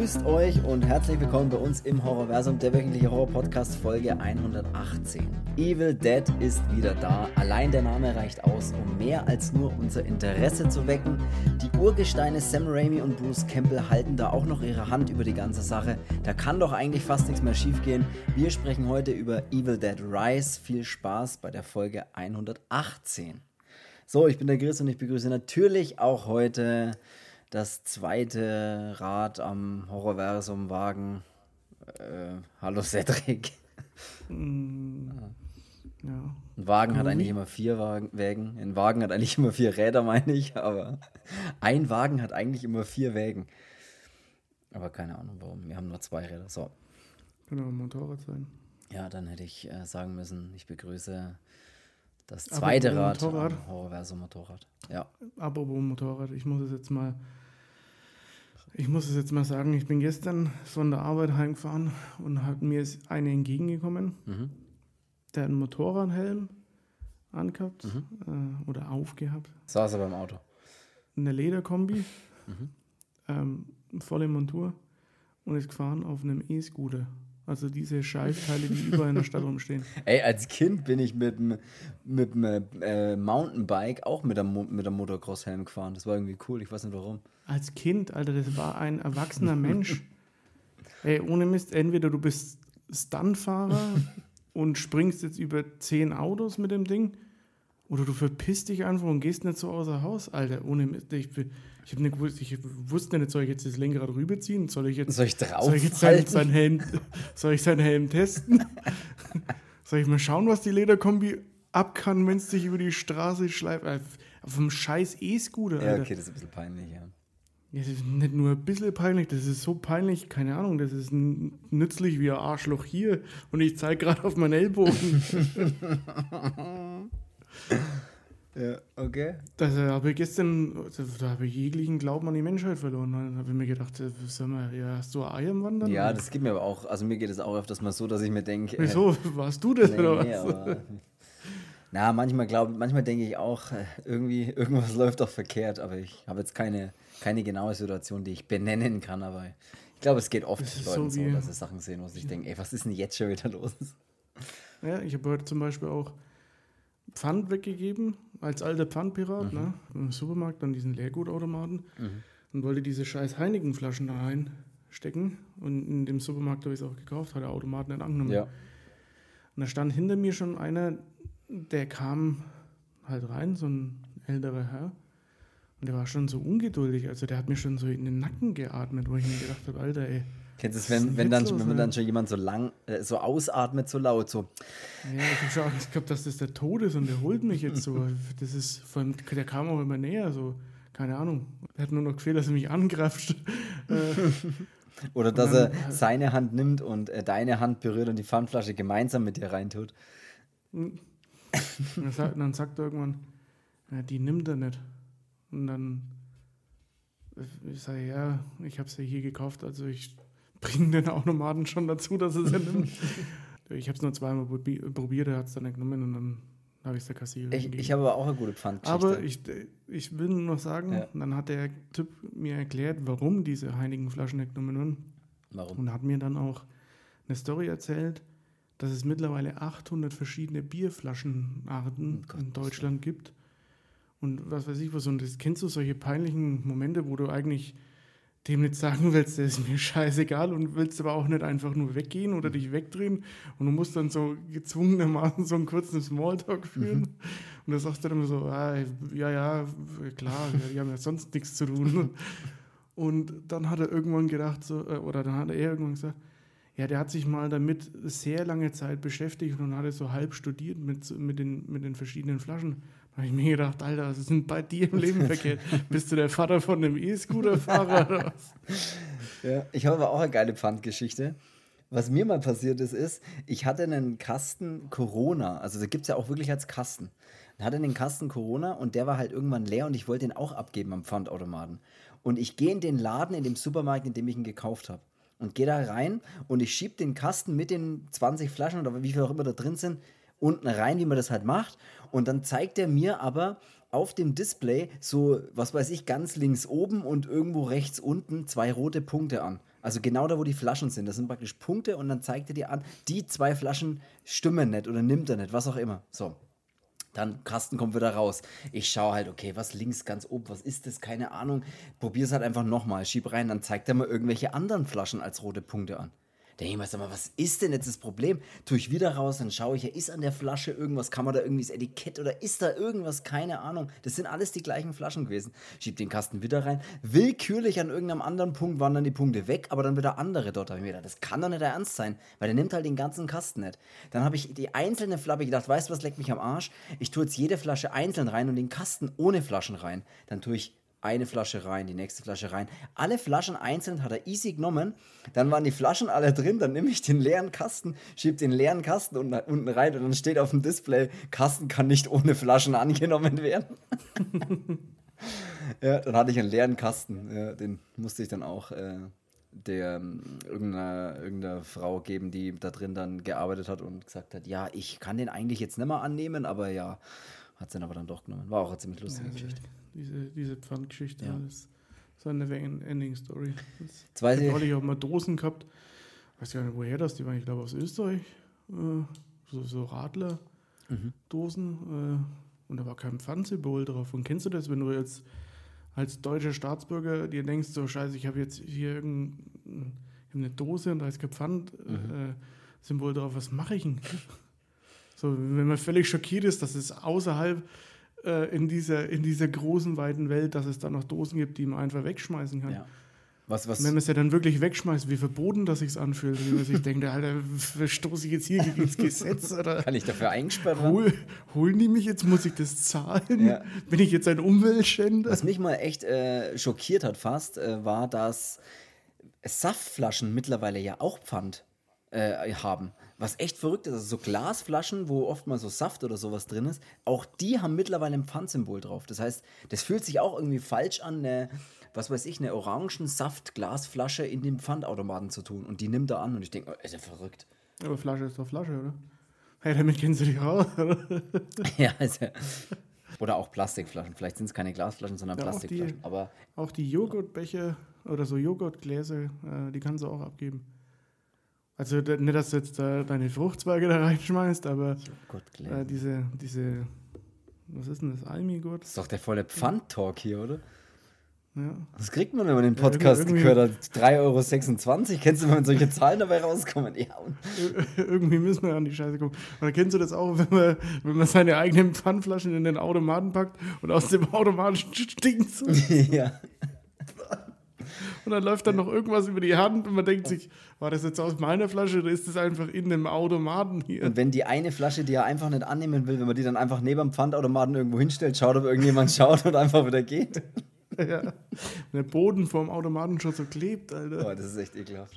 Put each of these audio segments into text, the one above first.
Grüßt euch und herzlich willkommen bei uns im Horrorversum, der wöchentliche Horror-Podcast Folge 118. Evil Dead ist wieder da. Allein der Name reicht aus, um mehr als nur unser Interesse zu wecken. Die Urgesteine Sam Raimi und Bruce Campbell halten da auch noch ihre Hand über die ganze Sache. Da kann doch eigentlich fast nichts mehr schiefgehen. Wir sprechen heute über Evil Dead Rise. Viel Spaß bei der Folge 118. So, ich bin der Chris und ich begrüße natürlich auch heute das zweite Rad am Horrorversum-Wagen. Hallo Cedric. Ja. Ein Wagen hat eigentlich immer 4 Wägen. Ein Wagen hat eigentlich immer 4 Räder, meine ich. Aber ein Wagen hat eigentlich immer 4 Wägen. Aber keine Ahnung warum. Wir haben nur 2 Räder. So. Kann aber ein Motorrad sein. Ja, dann hätte ich sagen müssen, ich begrüße das zweite Rad am Horrorversum-Motorrad. Ja. Apropos Motorrad, ich muss es jetzt mal sagen, ich bin gestern von der Arbeit heimgefahren und mir ist einer entgegengekommen, der einen Motorradhelm angehabt oder aufgehabt. Saß er beim Auto. Eine Lederkombi, volle Montur und ist gefahren auf einem E-Scooter. Also diese Scheißteile, die überall in der Stadt rumstehen. Ey, als Kind bin ich mit dem Mountainbike auch mit dem Motocross-Helm gefahren. Das war irgendwie cool, ich weiß nicht warum. Als Kind, Alter, das war ein erwachsener Mensch. Ey, ohne Mist, entweder du bist Stuntfahrer und springst jetzt über 10 Autos mit dem Ding oder du verpisst dich einfach und gehst nicht so außer Haus, Alter. Ohne Mist, ich wusste nicht, soll ich jetzt das Lenkrad rüberziehen? Soll ich seinen Helm testen? Soll ich mal schauen, was die Lederkombi ab kann, wenn es dich über die Straße schleift? Auf einem scheiß E-Scooter, Alter. Ja, okay, das ist ein bisschen peinlich, ja. Ja, das ist nicht nur ein bisschen peinlich, das ist so peinlich, keine Ahnung, das ist nützlich wie ein Arschloch hier und ich zeige gerade auf meinen Ellbogen. Ja, okay. Da habe ich jeglichen Glauben an die Menschheit verloren. Dann habe ich mir gedacht, sag mal, ja, hast du ein Ei am Wandern? Ja, das geht mir aber auch, also mir geht es auch öfters mal so, dass ich mir denke... Wieso, warst du das oder was? Aber, manchmal denke ich auch, irgendwas läuft doch verkehrt, aber ich habe jetzt keine genaue Situation, die ich benennen kann, aber ich glaube, es geht oft Leuten so, dass sie Sachen sehen, wo sie sich denken, ey, was ist denn jetzt schon wieder los? Ja, ich habe heute zum Beispiel auch Pfand weggegeben, als alter Pfandpirat, ne? Im Supermarkt an diesen Leergutautomaten und wollte diese scheiß Heineken-Flaschen da reinstecken und in dem Supermarkt habe ich es auch gekauft, hat der Automat nicht angenommen. Ja. Und da stand hinter mir schon einer, der kam halt rein, so ein älterer Herr, und der war schon so ungeduldig, also der hat mir schon so in den Nacken geatmet, wo ich mir gedacht habe, Alter, ey. Kennst du es, wenn dann schon jemand so lang, so ausatmet, so laut, so. Ja, ich habe schon Angst gehabt, dass das der Tod ist und der holt mich jetzt so. Das ist, vor allem, der kam auch immer näher, so, keine Ahnung. Er hat nur noch gefehlt, dass er mich angreift. Oder dass er seine Hand nimmt und deine Hand berührt und die Pfandflasche gemeinsam mit dir reintut. Und dann sagt er irgendwann, ja, die nimmt er nicht. Und dann, ich sage, ja, ich habe es ja hier gekauft, also ich bringe den Automaten schon dazu, dass er es nimmt. Ich habe es nur zweimal probiert, er hat es dann nicht genommen und dann habe ich es der Kassiererin gegeben. Ich habe aber auch eine gute Pfandgeschichte. Aber ich will nur noch sagen, Dann hat der Typ mir erklärt, warum diese Heineken-Flaschen nicht genommen wurden. Warum? Und hat mir dann auch eine Story erzählt, dass es mittlerweile 800 verschiedene Bierflaschenarten in Deutschland gibt. Und was weiß ich was. Und das kennst du solche peinlichen Momente, wo du eigentlich dem nicht sagen willst, das ist mir scheißegal und willst aber auch nicht einfach nur weggehen oder dich wegdrehen und du musst dann so gezwungenermaßen so einen kurzen Smalltalk führen und da sagst du dann immer so, ja, klar, die haben ja sonst nichts zu tun. Und dann hat er irgendwann gedacht, dann hat er irgendwann gesagt, ja, der hat sich mal damit sehr lange Zeit beschäftigt und hat es so halb studiert mit den verschiedenen Flaschen. Da habe ich mir gedacht, Alter, was ist denn bei dir im Leben verkehrt? Bist du der Vater von einem E-Scooter-Fahrer oder was? Ja, ich habe aber auch eine geile Pfandgeschichte. Was mir mal passiert ist, ich hatte einen Kasten Corona, also da gibt es ja auch wirklich als Kasten. Ich hatte einen Kasten Corona und der war halt irgendwann leer und ich wollte den auch abgeben am Pfandautomaten. Und ich gehe in den Laden, in dem Supermarkt, in dem ich ihn gekauft habe. Und gehe da rein und ich schiebe den Kasten mit den 20 Flaschen oder wie viel auch immer da drin sind, unten rein, wie man das halt macht. Und dann zeigt er mir aber auf dem Display so, was weiß ich, ganz links oben und irgendwo rechts unten 2 rote Punkte an. Also genau da, wo die Flaschen sind. Das sind praktisch Punkte und dann zeigt er dir an, die 2 Flaschen stimmen nicht oder nimmt er nicht, was auch immer. So. Dann Kasten kommt wieder raus. Ich schaue halt, okay, was links ganz oben, was ist das? Keine Ahnung. Probier's halt einfach nochmal, schieb rein, dann zeigt er mir irgendwelche anderen Flaschen als rote Punkte an. Da denke ich mir, sag mal, was ist denn jetzt das Problem? Tue ich wieder raus, dann schaue ich, ja, ist an der Flasche irgendwas, kann man da irgendwie das Etikett oder ist da irgendwas? Keine Ahnung. Das sind alles die gleichen Flaschen gewesen. Schieb den Kasten wieder rein. Willkürlich an irgendeinem anderen Punkt waren dann die Punkte weg, aber dann wieder andere dort. Da habe ich mir gedacht, das kann doch nicht der Ernst sein, weil der nimmt halt den ganzen Kasten nicht. Dann habe ich die einzelne Flasche gedacht, weißt du was, leckt mich am Arsch? Ich tue jetzt jede Flasche einzeln rein und den Kasten ohne Flaschen rein. Dann tue ich eine Flasche rein, die nächste Flasche rein. Alle Flaschen einzeln hat er easy genommen. Dann waren die Flaschen alle drin. Dann nehme ich den leeren Kasten, schiebe den leeren Kasten unten rein und dann steht auf dem Display, Kasten kann nicht ohne Flaschen angenommen werden. Ja, dann hatte ich einen leeren Kasten. Ja, den musste ich dann auch irgendeiner Frau geben, die da drin dann gearbeitet hat und gesagt hat, ja, ich kann den eigentlich jetzt nicht mehr annehmen, aber ja, hat sie dann aber dann doch genommen. War auch eine ziemlich lustige Geschichte. Diese Pfandgeschichte, Ja. Das ist eine Never-Ending-Story. Jetzt weiß Ich ich, habe neulich auch mal Dosen gehabt, weiß gar nicht, woher das, die waren, ich glaube, aus Österreich, so Radler-Dosen, und da war kein Pfandsymbol drauf. Und kennst du das, wenn du jetzt als deutscher Staatsbürger dir denkst, so scheiße, ich habe jetzt hier eine Dose und da ist kein Pfand-Symbol drauf, was mache ich denn? So, wenn man völlig schockiert ist, dass es außerhalb in dieser großen, weiten Welt, dass es da noch Dosen gibt, die man einfach wegschmeißen kann. ja. Was, Und wenn man es ja dann wirklich wegschmeißt, wie verboten das sich anfühlt, wie man sich denkt, Alter, verstoße ich jetzt hier gegen das Gesetz? Oder kann ich dafür eingesperrt werden? holen die mich jetzt, muss ich das zahlen? Ja. Bin ich jetzt ein Umweltschänder? Was mich mal echt schockiert hat fast, war, dass Saftflaschen mittlerweile ja auch Pfand haben. Was echt verrückt ist, also so Glasflaschen, wo oft mal so Saft oder sowas drin ist, auch die haben mittlerweile ein Pfandsymbol drauf. Das heißt, das fühlt sich auch irgendwie falsch an, eine Orangensaft-Glasflasche in den Pfandautomaten zu tun. Und die nimmt er an und ich denke, ist ja verrückt. Aber Flasche ist doch Flasche, oder? Hey, damit kennst du dich raus, oder? Ja, also, oder auch Plastikflaschen. Vielleicht sind es keine Glasflaschen, sondern Ja, Plastikflaschen. Aber Auch die Joghurtbecher oder so Joghurtgläser, die kannst du auch abgeben. Also nicht, dass du jetzt deine Fruchtzweige da reinschmeißt, aber Joghurtgläser. diese, was ist denn das, Almigurt? Das ist doch der volle Pfand-Talk hier, oder? Ja. Was kriegt man, wenn man den Podcast irgendwie- gehört hat? 3,26 €? Kennst du, wenn solche Zahlen dabei rauskommen? Ja, und Irgendwie müssen wir an die Scheiße gucken. Oder kennst du das auch, wenn man seine eigenen Pfandflaschen in den Automaten packt und aus dem Automaten stinkt ja. und dann läuft dann noch irgendwas über die Hand und man denkt sich, war das jetzt aus meiner Flasche oder ist das einfach in dem Automaten hier? Und wenn die eine Flasche, die er einfach nicht annehmen will, wenn man die dann einfach neben dem Pfandautomaten irgendwo hinstellt, schaut, ob irgendjemand schaut und einfach wieder geht. Ja. Der Boden vorm Automaten schon so klebt, Alter. Oh, das ist echt ekelhaft.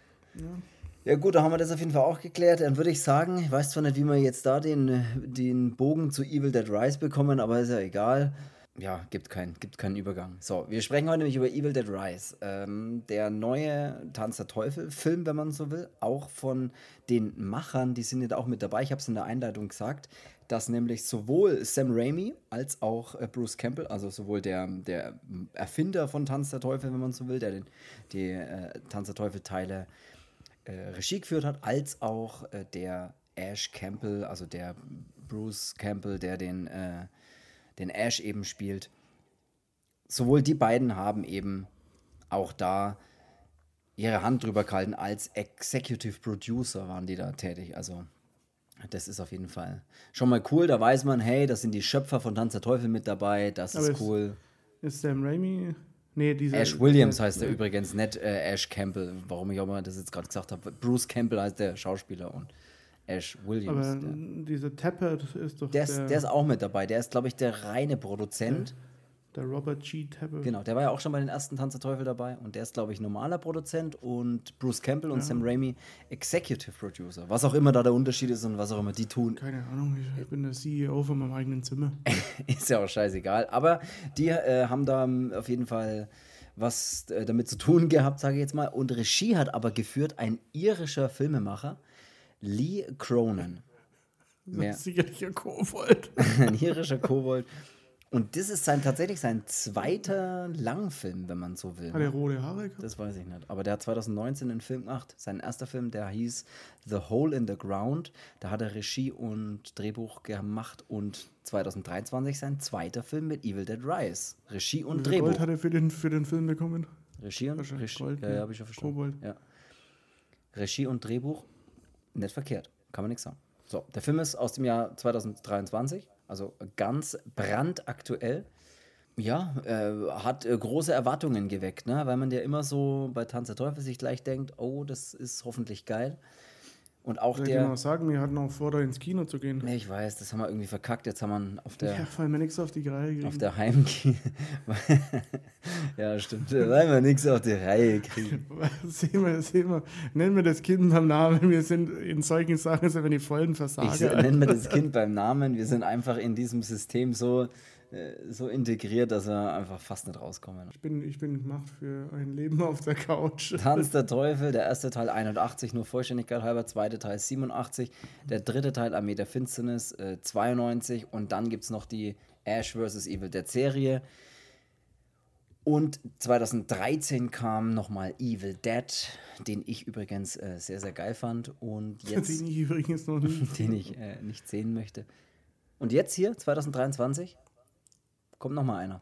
Ja gut, da haben wir das auf jeden Fall auch geklärt. Dann würde ich sagen, ich weiß zwar nicht, wie wir jetzt da den Bogen zu Evil Dead Rise bekommen, aber ist ja egal. Ja, gibt keinen Übergang. So, wir sprechen heute nämlich über Evil Dead Rise. Der neue Tanz der Teufel-Film, wenn man so will, auch von den Machern, die sind ja auch mit dabei. Ich habe es in der Einleitung gesagt, dass nämlich sowohl Sam Raimi als auch Bruce Campbell, also sowohl der Erfinder von Tanz der Teufel, wenn man so will, der die Tanz der Teufel-Teile Regie geführt hat, als auch der Ash Campbell, also der Bruce Campbell, der den Ash eben spielt. Sowohl die beiden haben eben auch da ihre Hand drüber gehalten. Als Executive Producer waren die da tätig. Also das ist auf jeden Fall schon mal cool. Da weiß man, hey, das sind die Schöpfer von Tanz der Teufel mit dabei. Das Aber ist cool. Ist Sam Raimi? Nee, dieser Ash Williams heißt er übrigens, nicht Ash Campbell. Warum ich auch mal das jetzt gerade gesagt habe. Bruce Campbell heißt der Schauspieler und Ash Williams. Aber dieser Tappert ist doch Der ist auch mit dabei. Der ist, glaube ich, der reine Produzent. der Robert G. Tappert. Genau, der war ja auch schon bei den ersten Tanz der Teufel dabei. Und der ist, glaube ich, normaler Produzent. Und Bruce Campbell und Sam Raimi Executive Producer. Was auch immer da der Unterschied ist und was auch immer die tun, Keine Ahnung, ich bin der CEO von meinem eigenen Zimmer. ist ja auch scheißegal. Aber die haben da auf jeden Fall was damit zu tun gehabt, sage ich jetzt mal. Und Regie hat aber geführt ein irischer Filmemacher, Lee Cronin. Das ist sicherlich ein Kobold. Ein irischer Kobold. Und das ist tatsächlich sein zweiter Langfilm, wenn man so will. Hat er rote Haare gehabt? Das weiß ich nicht. Aber der hat 2019 einen Film gemacht. Sein erster Film, der hieß The Hole in the Ground. Da hat er Regie und Drehbuch gemacht. Und 2023 sein zweiter Film mit Evil Dead Rise. Regie und Drehbuch. Gold hat er für den Film bekommen? Regie und Gold, ja, habe ich schon verstanden. Kobold. Ja. Regie und Drehbuch, nicht verkehrt. Kann man nichts sagen. So, der Film ist aus dem Jahr 2023. Also ganz brandaktuell. Ja, hat große Erwartungen geweckt, ne? Weil man ja immer so bei Tanz der Teufel sich gleich denkt, oh, das ist hoffentlich geil. Und auch Soll ich dir mal sagen, wir hatten auch vor, da ins Kino zu gehen. Ne, ich weiß, das haben wir irgendwie verkackt. Jetzt haben wir auf der... Ja, weil wir nichts auf die Reihe kriegen. Auf der Heimkino... ja, stimmt. Weil wir nichts auf die Reihe kriegen. Sehen wir. Nennen wir das Kind beim Namen. Wir sind in solchen Sachen, sind wir die vollen Versager. Nennen wir das Kind beim Namen. Wir sind einfach in diesem System so integriert, dass wir einfach fast nicht rauskommen. Ich bin gemacht für ein Leben auf der Couch. Tanz der Teufel, der erste Teil 81, nur Vollständigkeit halber, zweite Teil 87, der dritte Teil Armee der Finsternis 92 und dann gibt es noch die Ash vs. Evil Dead Serie. Und 2013 kam nochmal Evil Dead, den ich übrigens sehr, sehr geil fand. Und jetzt, Den ich übrigens noch nicht. Den ich nicht sehen möchte. Und jetzt hier, 2023, kommt nochmal einer.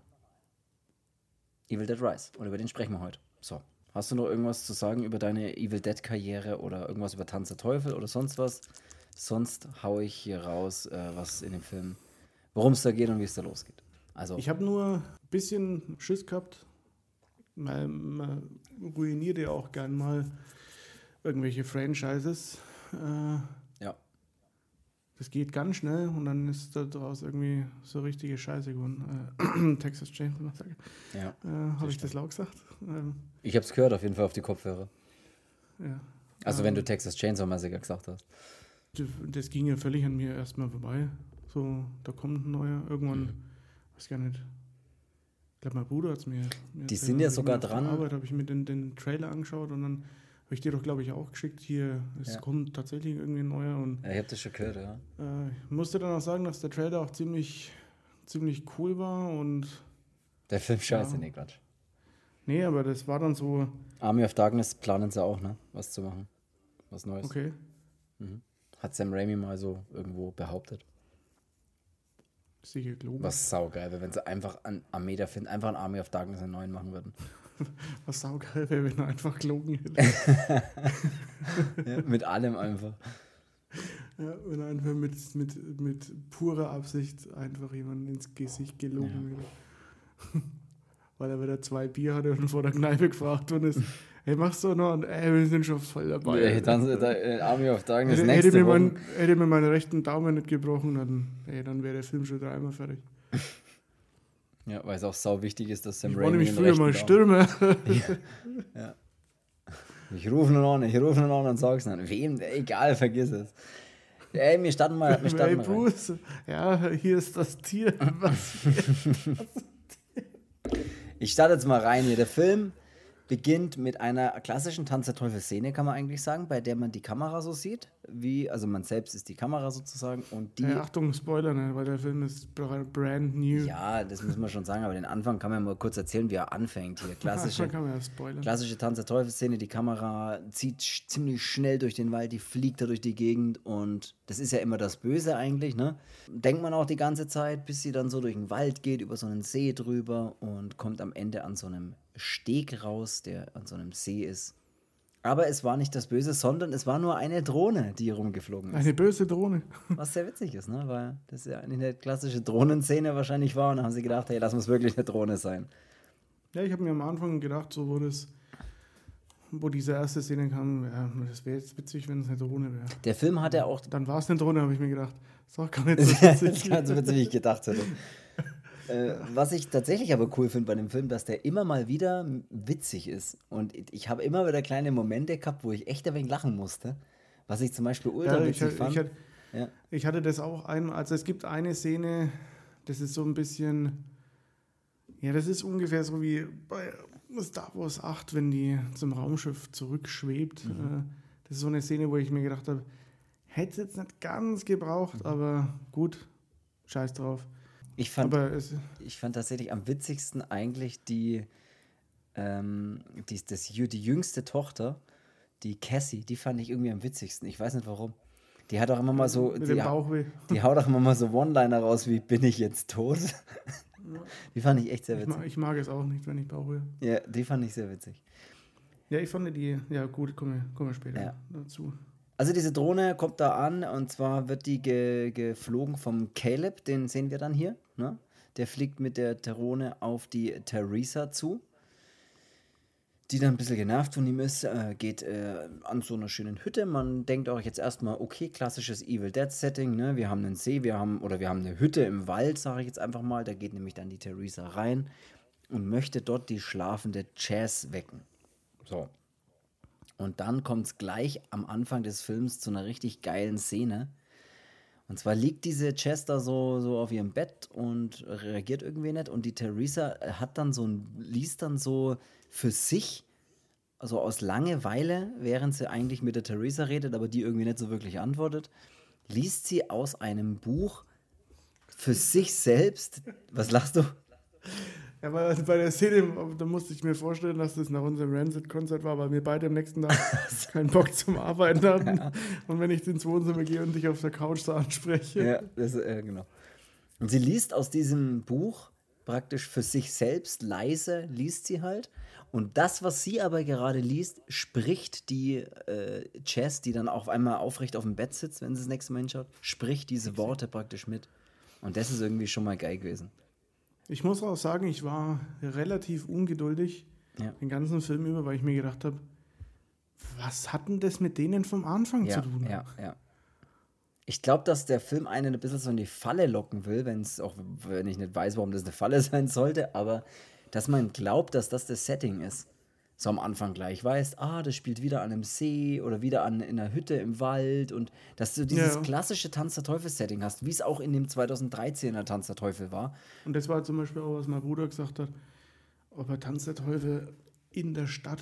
Evil Dead Rise. Und über den sprechen wir heute. So, hast du noch irgendwas zu sagen über deine Evil Dead-Karriere oder irgendwas über Tanz der Teufel oder sonst was? Sonst hau ich hier raus, was in dem Film, worum es da geht und wie es da losgeht. Also, Ich habe nur ein bisschen Schiss gehabt, weil man ruiniert ja auch gern mal irgendwelche Franchises. ja. Das geht ganz schnell und dann ist daraus irgendwie so richtige Scheiße geworden. Texas Chainsaw Massacre. Ja. Habe ich das laut gesagt? Ich habe es gehört, auf jeden Fall auf die Kopfhörer. Ja. Also wenn du Texas Chainsaw Massacre gesagt hast. Das ging ja völlig an mir erstmal vorbei. So, da kommt ein neuer. Irgendwann, weiß gar nicht. Ich glaube, mein Bruder hat es mir Die sind ja sogar dran. Arbeit habe ich mir den Trailer angeschaut und dann habe ich dir doch, glaube ich, auch geschickt. Hier, es kommt tatsächlich irgendwie ein neuer. Und, Ja, ich habe das schon gehört, ja. ich musste dann auch sagen, dass der Trailer auch ziemlich cool war und. Der Film scheiße, nee, Quatsch. Nee, aber das war dann so. Army of Darkness planen sie auch, ne? Was zu machen. Was Neues. Okay. Hat Sam Raimi mal so irgendwo behauptet. Sicher gelogen. Was saugeil wäre, wenn sie einfach an Armee of Darkness einen neuen machen würden. Was saugeil wäre, wenn er einfach gelogen hätte. Ja, mit allem einfach. Ja, wenn er einfach mit purer Absicht einfach jemanden ins Gesicht gelogen würde. Weil er wieder 2 Bier hatte und vor der Kneipe gefragt worden ist, hey, machst du noch? Und wir sind schon voll dabei. Ja, dann Army of Darkness hätte nächste Woche. Hätte mir meinen rechten Daumen nicht gebrochen, dann wäre der Film schon 3-mal fertig. Ja, weil es auch sau wichtig ist, dass Sam Ich Raimi war nämlich den früher rechten mal Daumen- Stürmer. Ja. Ich rufe ihn an und sag's dann. Wem? Egal, vergiss es. Ey, wir starten mal Hey rein. Bruce, ja, hier ist das Tier. Was? Ich starte jetzt mal rein hier. Der Film beginnt mit einer klassischen Tanz der Teufel-Szene, kann man eigentlich sagen, bei der man die Kamera so sieht. Also man selbst ist die Kamera sozusagen und die... Achtung, Spoiler, ne, weil der Film ist brand new. Ja, das müssen wir schon sagen, aber den Anfang kann man mal kurz erzählen, wie er anfängt hier. Schon kann man ja spoilern. Klassische Tanz der Teufel-Szene, die Kamera zieht ziemlich schnell durch den Wald, die fliegt da durch die Gegend und das ist ja immer das Böse eigentlich, ne? Denkt man auch die ganze Zeit, bis sie dann so durch den Wald geht, über so einen See drüber und kommt am Ende an so einem Steg raus, der an so einem See ist. Aber es war nicht das Böse, sondern es war nur eine Drohne, die rumgeflogen ist. Eine böse Drohne. Was sehr witzig ist, ne? Weil das ja eine klassische Drohnenszene wahrscheinlich war und dann haben sie gedacht, hey, lass uns wirklich eine Drohne sein. Ja, ich habe mir am Anfang gedacht, so wo diese erste Szene kam, ja, das wäre jetzt witzig, wenn es eine Drohne wäre. Der Film hat ja auch... Dann war es eine Drohne, habe ich mir gedacht. Ist doch gar nicht so Das witzig. ist ganz so witzig, wie ich gedacht hätte. Was ich tatsächlich aber cool finde bei dem Film, dass der immer mal wieder witzig ist. Und ich habe immer wieder kleine Momente gehabt, wo ich echt ein wenig lachen musste. Was ich zum Beispiel ultra witzig fand. Ich hatte das auch einmal, also es gibt eine Szene, das ist so ein bisschen, ja, das ist ungefähr so wie bei Star Wars 8, wenn die zum Raumschiff zurückschwebt. Das ist so eine Szene, wo ich mir gedacht habe, hätte es jetzt nicht ganz gebraucht, aber gut, scheiß drauf. Ich fand tatsächlich am witzigsten eigentlich die jüngste Tochter, die Cassie, die fand ich irgendwie am witzigsten. Ich weiß nicht warum. Die hat auch immer mal so, Mit dem Bauchweh. die haut auch immer mal so One-Liner raus, wie bin ich jetzt tot? Die fand ich echt sehr witzig. Ich mag es auch nicht, wenn ich Bauchweh. Ja, die fand ich sehr witzig. Ja, ich fand die, ja gut, kommen wir später dazu. Also diese Drohne kommt da an und zwar wird die geflogen vom Caleb, den sehen wir dann hier. Ne? Der fliegt mit der Drohne auf die Theresa zu, die dann ein bisschen genervt von ihm ist, geht an so einer schönen Hütte. Man denkt auch jetzt erstmal, okay, klassisches Evil Dead Setting, ne? Wir haben einen See, wir haben eine Hütte im Wald, sage ich jetzt einfach mal. Da geht nämlich dann die Theresa rein und möchte dort die schlafende Chas wecken. So. Und dann kommt es gleich am Anfang des Films zu einer richtig geilen Szene. Und zwar liegt diese Chas da so auf ihrem Bett und reagiert irgendwie nicht. Und die Theresa liest dann so für sich, also aus Langeweile, während sie eigentlich mit der Theresa redet, aber die irgendwie nicht so wirklich antwortet, liest sie aus einem Buch für sich selbst. Was lachst du? Ja, weil bei der Szene, da musste ich mir vorstellen, dass das nach unserem Rancid-Konzert war, weil wir beide am nächsten Tag keinen Bock zum Arbeiten hatten. Ja. Und wenn ich ins Wohnzimmer gehe und dich auf der Couch so anspreche. Ja, genau. Und sie liest aus diesem Buch praktisch für sich selbst, leise liest sie halt. Und das, was sie aber gerade liest, spricht die Chas, die dann auf einmal aufrecht auf dem Bett sitzt, wenn sie das nächste Mal hinschaut, spricht diese Worte praktisch mit. Und das ist irgendwie schon mal geil gewesen. Ich muss auch sagen, ich war relativ ungeduldig den ganzen Film über, weil ich mir gedacht habe, was hat denn das mit denen vom Anfang zu tun? Ja. Ich glaube, dass der Film einen ein bisschen so in die Falle locken will, wenn ich nicht weiß, warum das eine Falle sein sollte, aber dass man glaubt, dass das Setting ist. So am Anfang gleich weißt, das spielt wieder an einem See oder wieder in einer Hütte im Wald und dass du dieses klassische Tanz der Teufel-Setting hast, wie es auch in dem 2013er Tanz der Teufel war. Und das war zum Beispiel auch, was mein Bruder gesagt hat, ob er Tanz der Teufel in der Stadt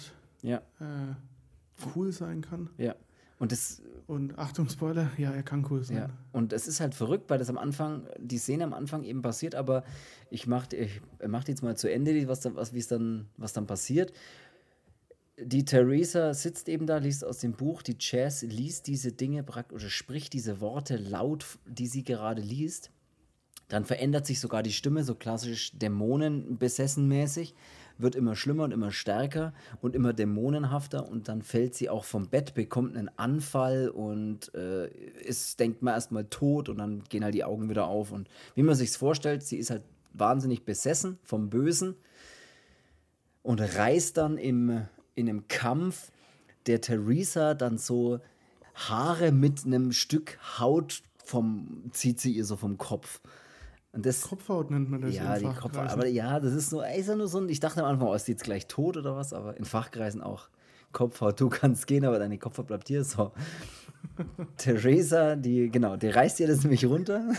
cool sein kann. Ja. Und Achtung, Spoiler, ja, er kann cool sein. Ja. Und es ist halt verrückt, weil die Szene am Anfang eben passiert, aber ich mach jetzt mal zu Ende, was dann passiert. Die Theresa sitzt eben da, liest aus dem Buch, die Chas liest diese Dinge oder spricht diese Worte laut, die sie gerade liest. Dann verändert sich sogar die Stimme, so klassisch dämonenbesessenmäßig, wird immer schlimmer und immer stärker und immer dämonenhafter und dann fällt sie auch vom Bett, bekommt einen Anfall und denkt man erstmal tot und dann gehen halt die Augen wieder auf. Und wie man sich's vorstellt, sie ist halt wahnsinnig besessen vom Bösen und reißt dann in einem Kampf der Theresa dann so Haare mit einem Stück Haut zieht sie ihr so vom Kopf. Und das, Kopfhaut nennt man das. Ja, die Kopfhaut. Aber ja, das ist ja nur so ein. Ich dachte am Anfang, ist die jetzt gleich tot oder was? Aber in Fachkreisen auch Kopfhaut. Du kannst gehen, aber deine Kopfhaut bleibt hier. So. Theresa, die reißt ihr das nämlich runter.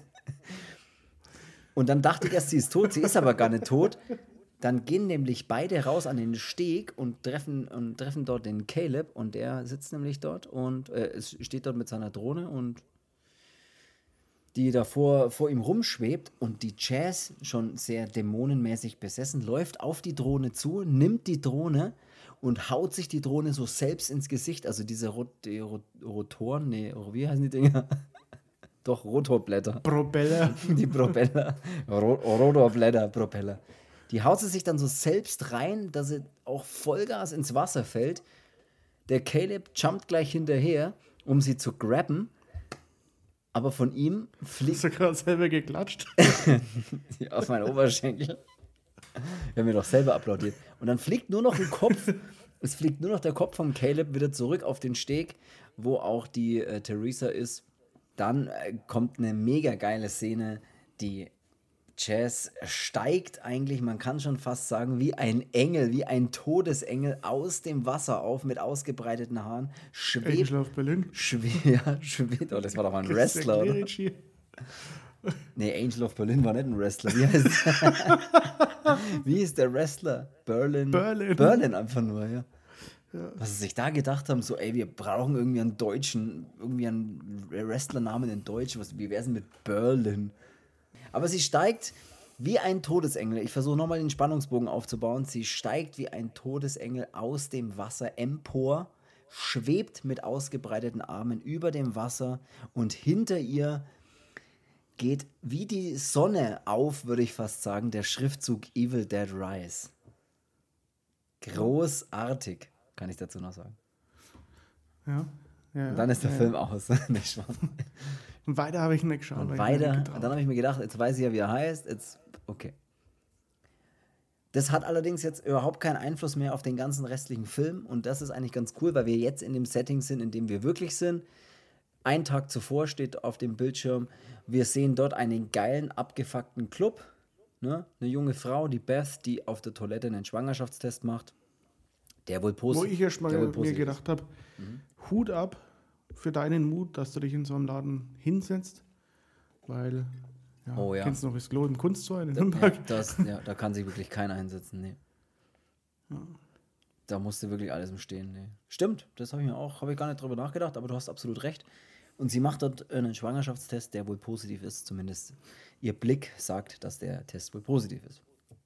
Und dann dachte ich erst, sie ist tot. Sie ist aber gar nicht tot. Dann gehen nämlich beide raus an den Steg und treffen dort den Caleb. Und der sitzt nämlich dort und steht dort mit seiner Drohne und die davor vor ihm rumschwebt und die Chas, schon sehr dämonenmäßig besessen, läuft auf die Drohne zu, nimmt die Drohne und haut sich die Drohne so selbst ins Gesicht. Also diese Rotoren, wie heißen die Dinger? Doch, Rotorblätter. Propeller. Die Propeller. Rotorblätter, Propeller. Die haut sie sich dann so selbst rein, dass sie auch Vollgas ins Wasser fällt. Der Caleb jumpt gleich hinterher, um sie zu grabben. Aber von ihm fliegt... Hast du gerade selber geklatscht? Auf meinen Oberschenkel. Wir haben mir doch selber applaudiert. Und dann fliegt nur noch ein Kopf. Es fliegt nur noch der Kopf vom Caleb wieder zurück auf den Steg, wo auch die Theresa ist. Dann kommt eine mega geile Szene. Die Chas steigt eigentlich, man kann schon fast sagen, wie ein Engel, wie ein Todesengel aus dem Wasser auf mit ausgebreiteten Haaren. Angel of Berlin. Schwebt. Oh, das war doch mal ein Wrestler, oder? Nee, Angel of Berlin war nicht ein Wrestler. Wie ist der Wrestler? Berlin einfach nur, ja. Was sie sich da gedacht haben, so, wir brauchen irgendwie einen Wrestlernamen in Deutsch. Wie wär's denn mit Berlin? Aber sie steigt wie ein Todesengel. Ich versuche nochmal den Spannungsbogen aufzubauen. Sie steigt wie ein Todesengel aus dem Wasser empor, schwebt mit ausgebreiteten Armen über dem Wasser und hinter ihr geht wie die Sonne auf, würde ich fast sagen, der Schriftzug Evil Dead Rise. Großartig, kann ich dazu noch sagen. Ja. Und dann ist der Film aus. Nicht Spaß. Und weiter habe ich nicht geschaut. Und dann habe ich mir gedacht, jetzt weiß ich ja, wie er heißt. Jetzt, okay. Das hat allerdings jetzt überhaupt keinen Einfluss mehr auf den ganzen restlichen Film. Und das ist eigentlich ganz cool, weil wir jetzt in dem Setting sind, in dem wir wirklich sind. Ein Tag zuvor steht auf dem Bildschirm, wir sehen dort einen geilen, abgefuckten Club. Ne? Eine junge Frau, die Beth, die auf der Toilette einen Schwangerschaftstest macht. Der wohl positiv. Wo ich erst mal mir gedacht habe, Hut ab für deinen Mut, dass du dich in so einem Laden hinsetzt. Weil, kennst du noch das Klo im Kunsttor in Nürnberg? Da kann sich wirklich keiner hinsetzen, nee. Ja. Da musste wirklich alles im Stehen, nee. Stimmt, das habe ich gar nicht drüber nachgedacht, aber du hast absolut recht. Und sie macht dort einen Schwangerschaftstest, der wohl positiv ist, zumindest ihr Blick sagt, dass der Test wohl positiv ist.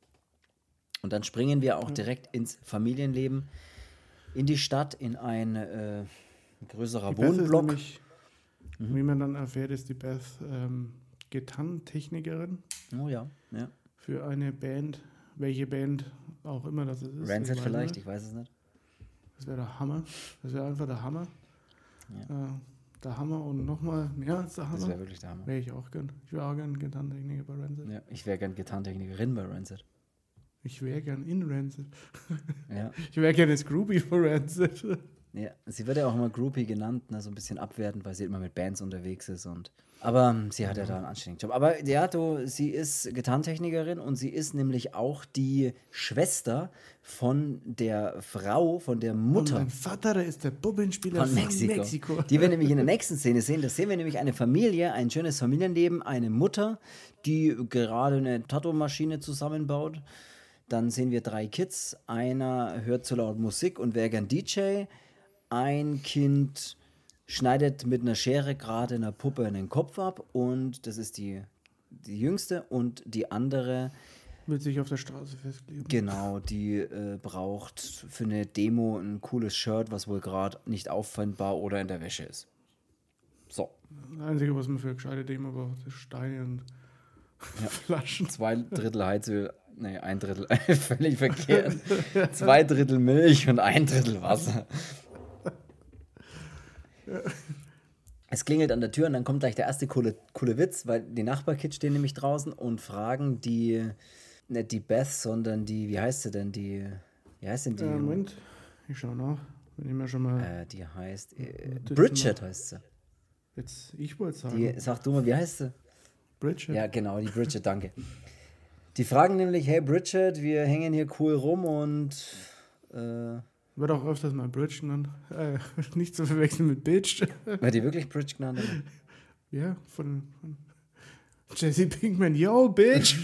Und dann springen wir auch direkt ins Familienleben, in die Stadt, in ein größerer Wohnblock. Nämlich, wie man dann erfährt, ist die Beth Gitarrentechnikerin. Oh ja. Für eine Band, welche Band auch immer das ist. Rancid vielleicht, ich weiß es nicht. Das wäre der Hammer. Das wäre einfach der Hammer. Ja. Der Hammer und nochmal mehr als der Hammer. Das wäre wirklich der Hammer. Wäre ich auch gern. Ich wäre auch gern Gitarrentechniker bei Rancid. Ja, ich wäre gern Gitarrentechnikerin bei Rancid. Ich wäre gern in Rancid. Ja. Ich wäre gern das Groupie von Rancid. Ja, sie wird ja auch immer Groupie genannt, ne, so ein bisschen abwertend, weil sie immer mit Bands unterwegs ist. Aber sie hat ja da einen anständigen Job. Aber ja, sie ist Gitarrentechnikerin und sie ist nämlich auch die Schwester von der Frau, von der Mutter. Und mein Vater ist der Puppenspieler von Mexiko. Die wir nämlich in der nächsten Szene sehen. Da sehen wir nämlich eine Familie, ein schönes Familienleben, eine Mutter, die gerade eine Tattoo-Maschine zusammenbaut. Dann sehen wir 3 Kids. Einer hört zu laut Musik und wäre gern DJ. Ein Kind schneidet mit einer Schere gerade einer Puppe einen Kopf ab und das ist die jüngste und die andere will sich auf der Straße festkleben. Genau, die braucht für eine Demo ein cooles Shirt, was wohl gerade nicht auffindbar oder in der Wäsche ist. So. Das Einzige, was man für eine gescheite Demo braucht, ist Steine und Flaschen. 2 Drittel Heizöl, nee, 1 Drittel, völlig verkehrt. 2 Drittel Milch und 1 Drittel Wasser. Es klingelt an der Tür und dann kommt gleich der erste coole Witz, weil die Nachbarkids stehen nämlich draußen und fragen nicht die Beth, sondern wie heißt sie denn? Wie heißt denn die? Moment, ich schau nach. Wenn ich mir schon mal. Die heißt Bridget heißt sie. Jetzt, ich wollte sagen. Sag du mal, wie heißt sie? Bridget. Ja, genau, die Bridget, danke. Die fragen nämlich, hey Bridget, wir hängen hier cool rum und wird auch öfters mal Bridge genannt. Nicht zu verwechseln mit Bitch. Wird die wirklich Bridge genannt? Ja, von Jesse Pinkman. Yo, Bitch!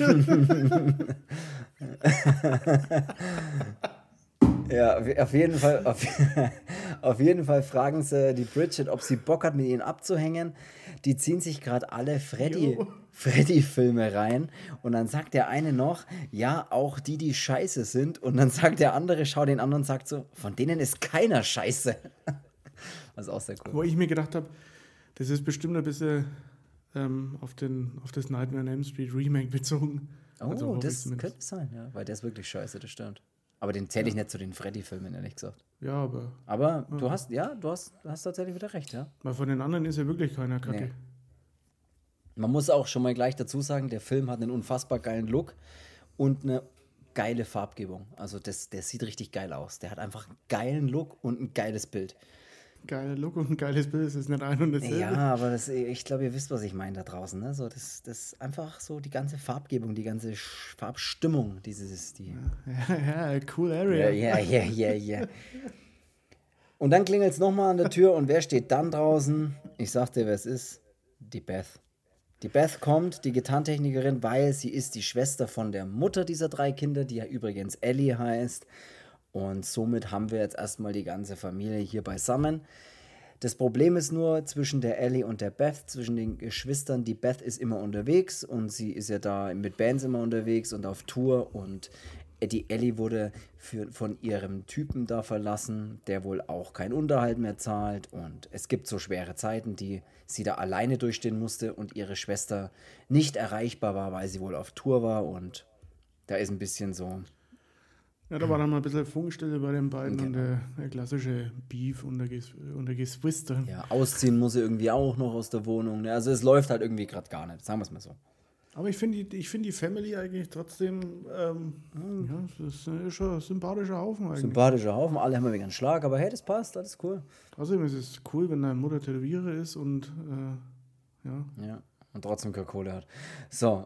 Ja, auf jeden Fall fragen sie die Bridget, ob sie Bock hat, mit ihnen abzuhängen. Die ziehen sich gerade alle Freddy-Filme rein. Und dann sagt der eine noch, ja, auch die scheiße sind. Und dann sagt der andere, schaut den an und sagt so, von denen ist keiner scheiße. Das ist auch sehr cool. Wo ich mir gedacht habe, das ist bestimmt ein bisschen auf das Nightmare on Elm Street Remake bezogen. Oh, also, das könnte sein, ja. Weil der ist wirklich scheiße, das stimmt. Aber den zähle ich nicht zu den Freddy-Filmen, ehrlich gesagt. Ja, aber du hast tatsächlich wieder recht, ja. Weil von den anderen ist ja wirklich keiner kacke. Nee. Man muss auch schon mal gleich dazu sagen, der Film hat einen unfassbar geilen Look und eine geile Farbgebung. Also der sieht richtig geil aus. Der hat einfach einen geilen Look und ein geiles Bild. Geiler Look und ein geiles Bild, das ist nicht ein und dasselbe. Ja, aber ich glaube, ihr wisst, was ich meine da draußen. Ne? So, das einfach so die ganze Farbgebung, die ganze Farbstimmung, Ja, cool area. Ja. Und dann klingelt es nochmal an der Tür und wer steht dann draußen? Ich sag dir, wer es ist. Die Beth. Die Beth kommt, die Gitarrentechnikerin, weil sie ist die Schwester von der Mutter dieser 3 Kinder, die ja übrigens Ellie heißt. Und somit haben wir jetzt erstmal die ganze Familie hier beisammen. Das Problem ist nur zwischen der Ellie und der Beth, zwischen den Geschwistern. Die Beth ist immer unterwegs und sie ist ja da mit Bands immer unterwegs und auf Tour. Und die Ellie wurde von ihrem Typen da verlassen, der wohl auch keinen Unterhalt mehr zahlt. Und es gibt so schwere Zeiten, die sie da alleine durchstehen musste und ihre Schwester nicht erreichbar war, weil sie wohl auf Tour war. Und da ist ein bisschen so... Ja, da war dann mal ein bisschen Funkstille bei den beiden Genau. und der klassische Beef unter Geschwistern. Ja, ausziehen muss sie irgendwie auch noch aus der Wohnung. Ne? Also es läuft halt irgendwie gerade gar nicht, sagen wir es mal so. Aber ich finde die Family eigentlich trotzdem, ja, das ist schon ein sympathischer Haufen eigentlich. Sympathischer Haufen, alle haben ein wenig einen Schlag, aber hey, das passt, alles cool. Außerdem ist es cool, wenn deine Mutter Tätowierer ist und ja. Ja, und trotzdem keine Kohle hat. So,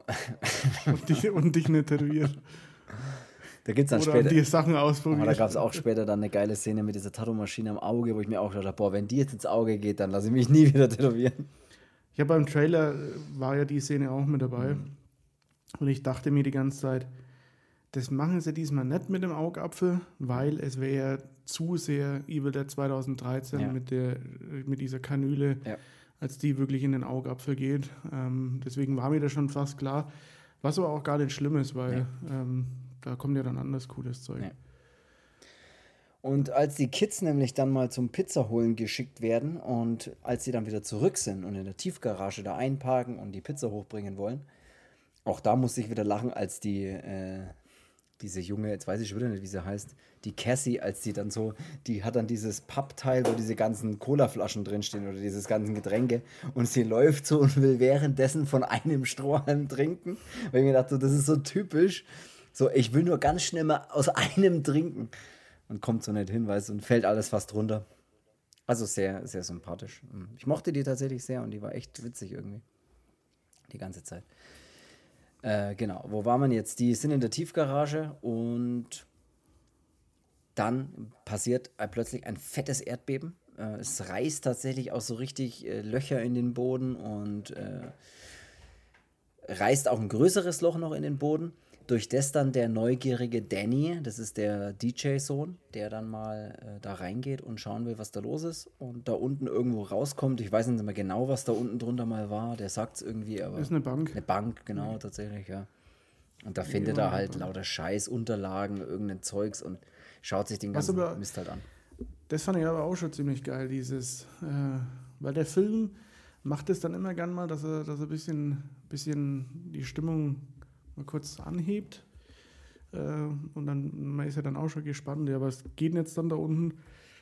Und dich nicht tätowiert. da gibt es dann Oder später... die Sachen Aber da ausprobiert. gab es auch später dann eine geile Szene mit dieser Tattoo-Maschine am Auge, wo ich mir auch gedacht habe, boah, wenn die jetzt ins Auge geht, dann lasse ich mich nie wieder tätowieren. Ich habe beim Trailer, war ja die Szene auch mit dabei. Und ich dachte mir die ganze Zeit, das machen sie diesmal nicht mit dem Augapfel, weil es wäre ja zu sehr Evil Dead 2013 Ja. mit dieser Kanüle, Ja. als die wirklich in den Augapfel geht. Deswegen war mir das schon fast klar. Was aber auch gar nicht schlimm ist, weil da kommt ja dann anders cooles Zeug. Ja. Und als die Kids nämlich dann mal zum Pizza holen geschickt werden und als sie dann wieder zurück sind und in der Tiefgarage da einparken und die Pizza hochbringen wollen, auch da musste ich wieder lachen, als diese Junge, jetzt weiß ich schon wieder nicht, wie sie heißt, die Cassie, als die dann so, die hat dann dieses Pappteil, wo diese ganzen Colaflaschen drinstehen oder dieses ganzen Getränke und sie läuft so und will währenddessen von einem Strohhalm trinken, weil ich mir dachte, das ist so typisch, so ich will nur ganz schnell mal aus einem trinken und kommt so nicht hin, weißt du, und fällt alles fast runter. Also sehr, sehr sympathisch. Ich mochte die tatsächlich sehr und die war echt witzig irgendwie. Die ganze Zeit. Genau, wo war man jetzt? Die sind in der Tiefgarage und dann passiert plötzlich ein fettes Erdbeben. Es reißt tatsächlich auch so richtig Löcher in den Boden und reißt auch ein größeres Loch noch in den Boden, durch das dann der neugierige Danny, das ist der DJ-Sohn, der dann mal da reingeht und schauen will, was da los ist und da unten irgendwo rauskommt. Ich weiß nicht mehr genau, was da unten drunter mal war, der sagt es irgendwie, aber... Das ist eine Bank. Eine Bank, genau, tatsächlich, ja. Und da findet er halt lauter Scheißunterlagen, irgendein Zeugs und schaut sich den ganzen Mist halt an. Das fand ich aber auch schon ziemlich geil, weil der Film macht es dann immer gern mal, dass er ein bisschen die Stimmung mal kurz anhebt. Und man ist ja dann auch schon gespannt, ja, was geht denn jetzt dann da unten,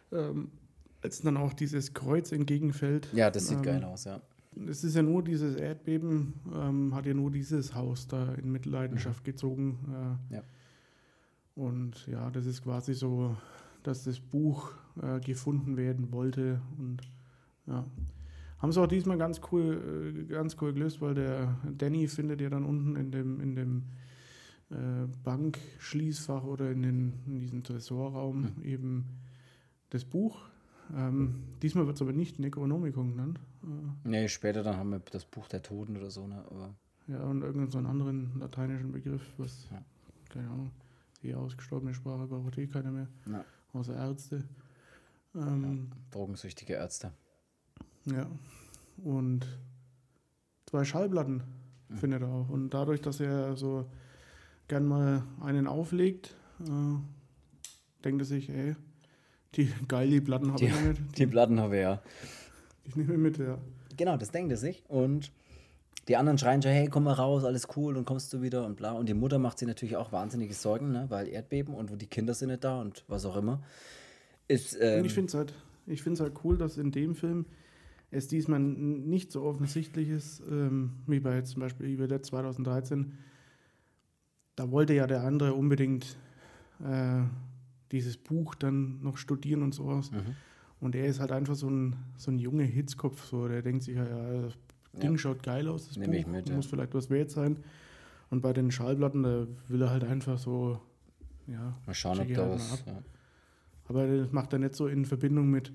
als dann auch dieses Kreuz entgegenfällt. Ja, das sieht geil aus, ja. Es ist ja nur dieses Erdbeben, hat ja nur dieses Haus da in Mitleidenschaft gezogen. Ja. Und ja, das ist quasi so, dass das Buch gefunden werden wollte. Und ja, haben sie auch diesmal ganz cool gelöst, weil der Danny findet ja dann unten in dem Bankschließfach oder in diesem Tresorraum eben das Buch. Diesmal wird es aber nicht Necronomicon genannt. Nee, später dann haben wir das Buch der Toten oder so, ne? Aber ja, und irgendeinen so einen anderen lateinischen Begriff, was, keine Ahnung, die ausgestorbene Sprache braucht eh keiner mehr, außer Ärzte. drogensüchtige Ärzte. Ja, und 2 Schallplatten findet er auch. Und dadurch, dass er so gern mal einen auflegt, denkt er sich, ey, die Platten habe ich noch mit. Die Platten habe ich, ja. Ich nehme mit, ja. Genau, das denkt er sich. Und die anderen schreien schon, hey, komm mal raus, alles cool und kommst du wieder und bla. Und die Mutter macht sich natürlich auch wahnsinnige Sorgen, ne? Weil Erdbeben und wo die Kinder sind nicht da und was auch immer. Und ich finde es halt cool, dass in dem Film es diesmal nicht so offensichtlich ist, wie bei zum Beispiel Evil Dead 2013. Da wollte ja der andere unbedingt dieses Buch dann noch studieren und sowas. Und er ist halt einfach so ein junger Hitzkopf, so, der denkt sich, ja, das Ding schaut geil aus, das Nehm ich Buch, mit, muss vielleicht was wert sein. Und bei den Schallplatten, da will er halt einfach so, ja, mal schauen, ob check da halt was... mal ab. Ja. Aber das macht er nicht so in Verbindung mit,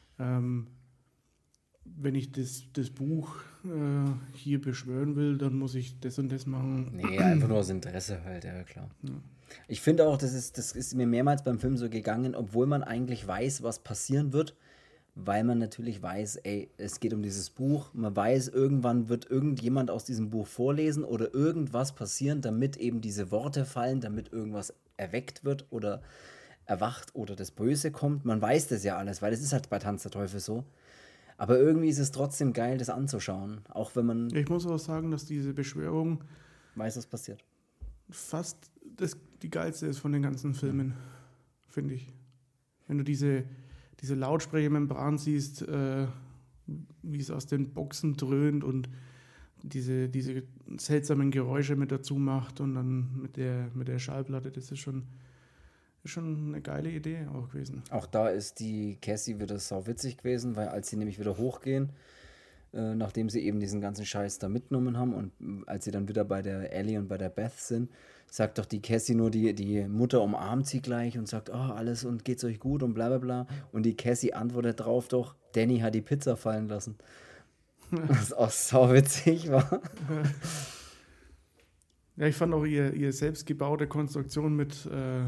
wenn ich das Buch hier beschwören will, dann muss ich das und das machen. Nee, einfach nur aus Interesse halt, ja klar. Ja. Ich finde auch, das ist mir mehrmals beim Film so gegangen, obwohl man eigentlich weiß, was passieren wird, weil man natürlich weiß, ey, es geht um dieses Buch. Man weiß, irgendwann wird irgendjemand aus diesem Buch vorlesen oder irgendwas passieren, damit eben diese Worte fallen, damit irgendwas erweckt wird oder erwacht oder das Böse kommt. Man weiß das ja alles, weil es ist halt bei Tanz der Teufel so. Aber irgendwie ist es trotzdem geil, das anzuschauen, auch wenn man Ich muss auch sagen, dass diese Beschwörung weiß, was passiert. fast die geilste ist von den ganzen Filmen, finde ich. Wenn du diese Lautsprechermembran siehst, wie es aus den Boxen dröhnt und diese seltsamen Geräusche mit dazu macht und dann mit der Schallplatte, das ist schon eine geile Idee auch gewesen. Auch da ist die Cassie wieder sau witzig gewesen, weil als sie nämlich wieder hochgehen, nachdem sie eben diesen ganzen Scheiß da mitgenommen haben und als sie dann wieder bei der Ellie und bei der Beth sind, sagt doch die Cassie nur, die Mutter umarmt sie gleich und sagt, oh, alles und geht's euch gut und bla bla bla. Und die Cassie antwortet drauf doch, Danny hat die Pizza fallen lassen. Was auch sau witzig war. Ja, ich fand auch ihr selbstgebaute Konstruktion mit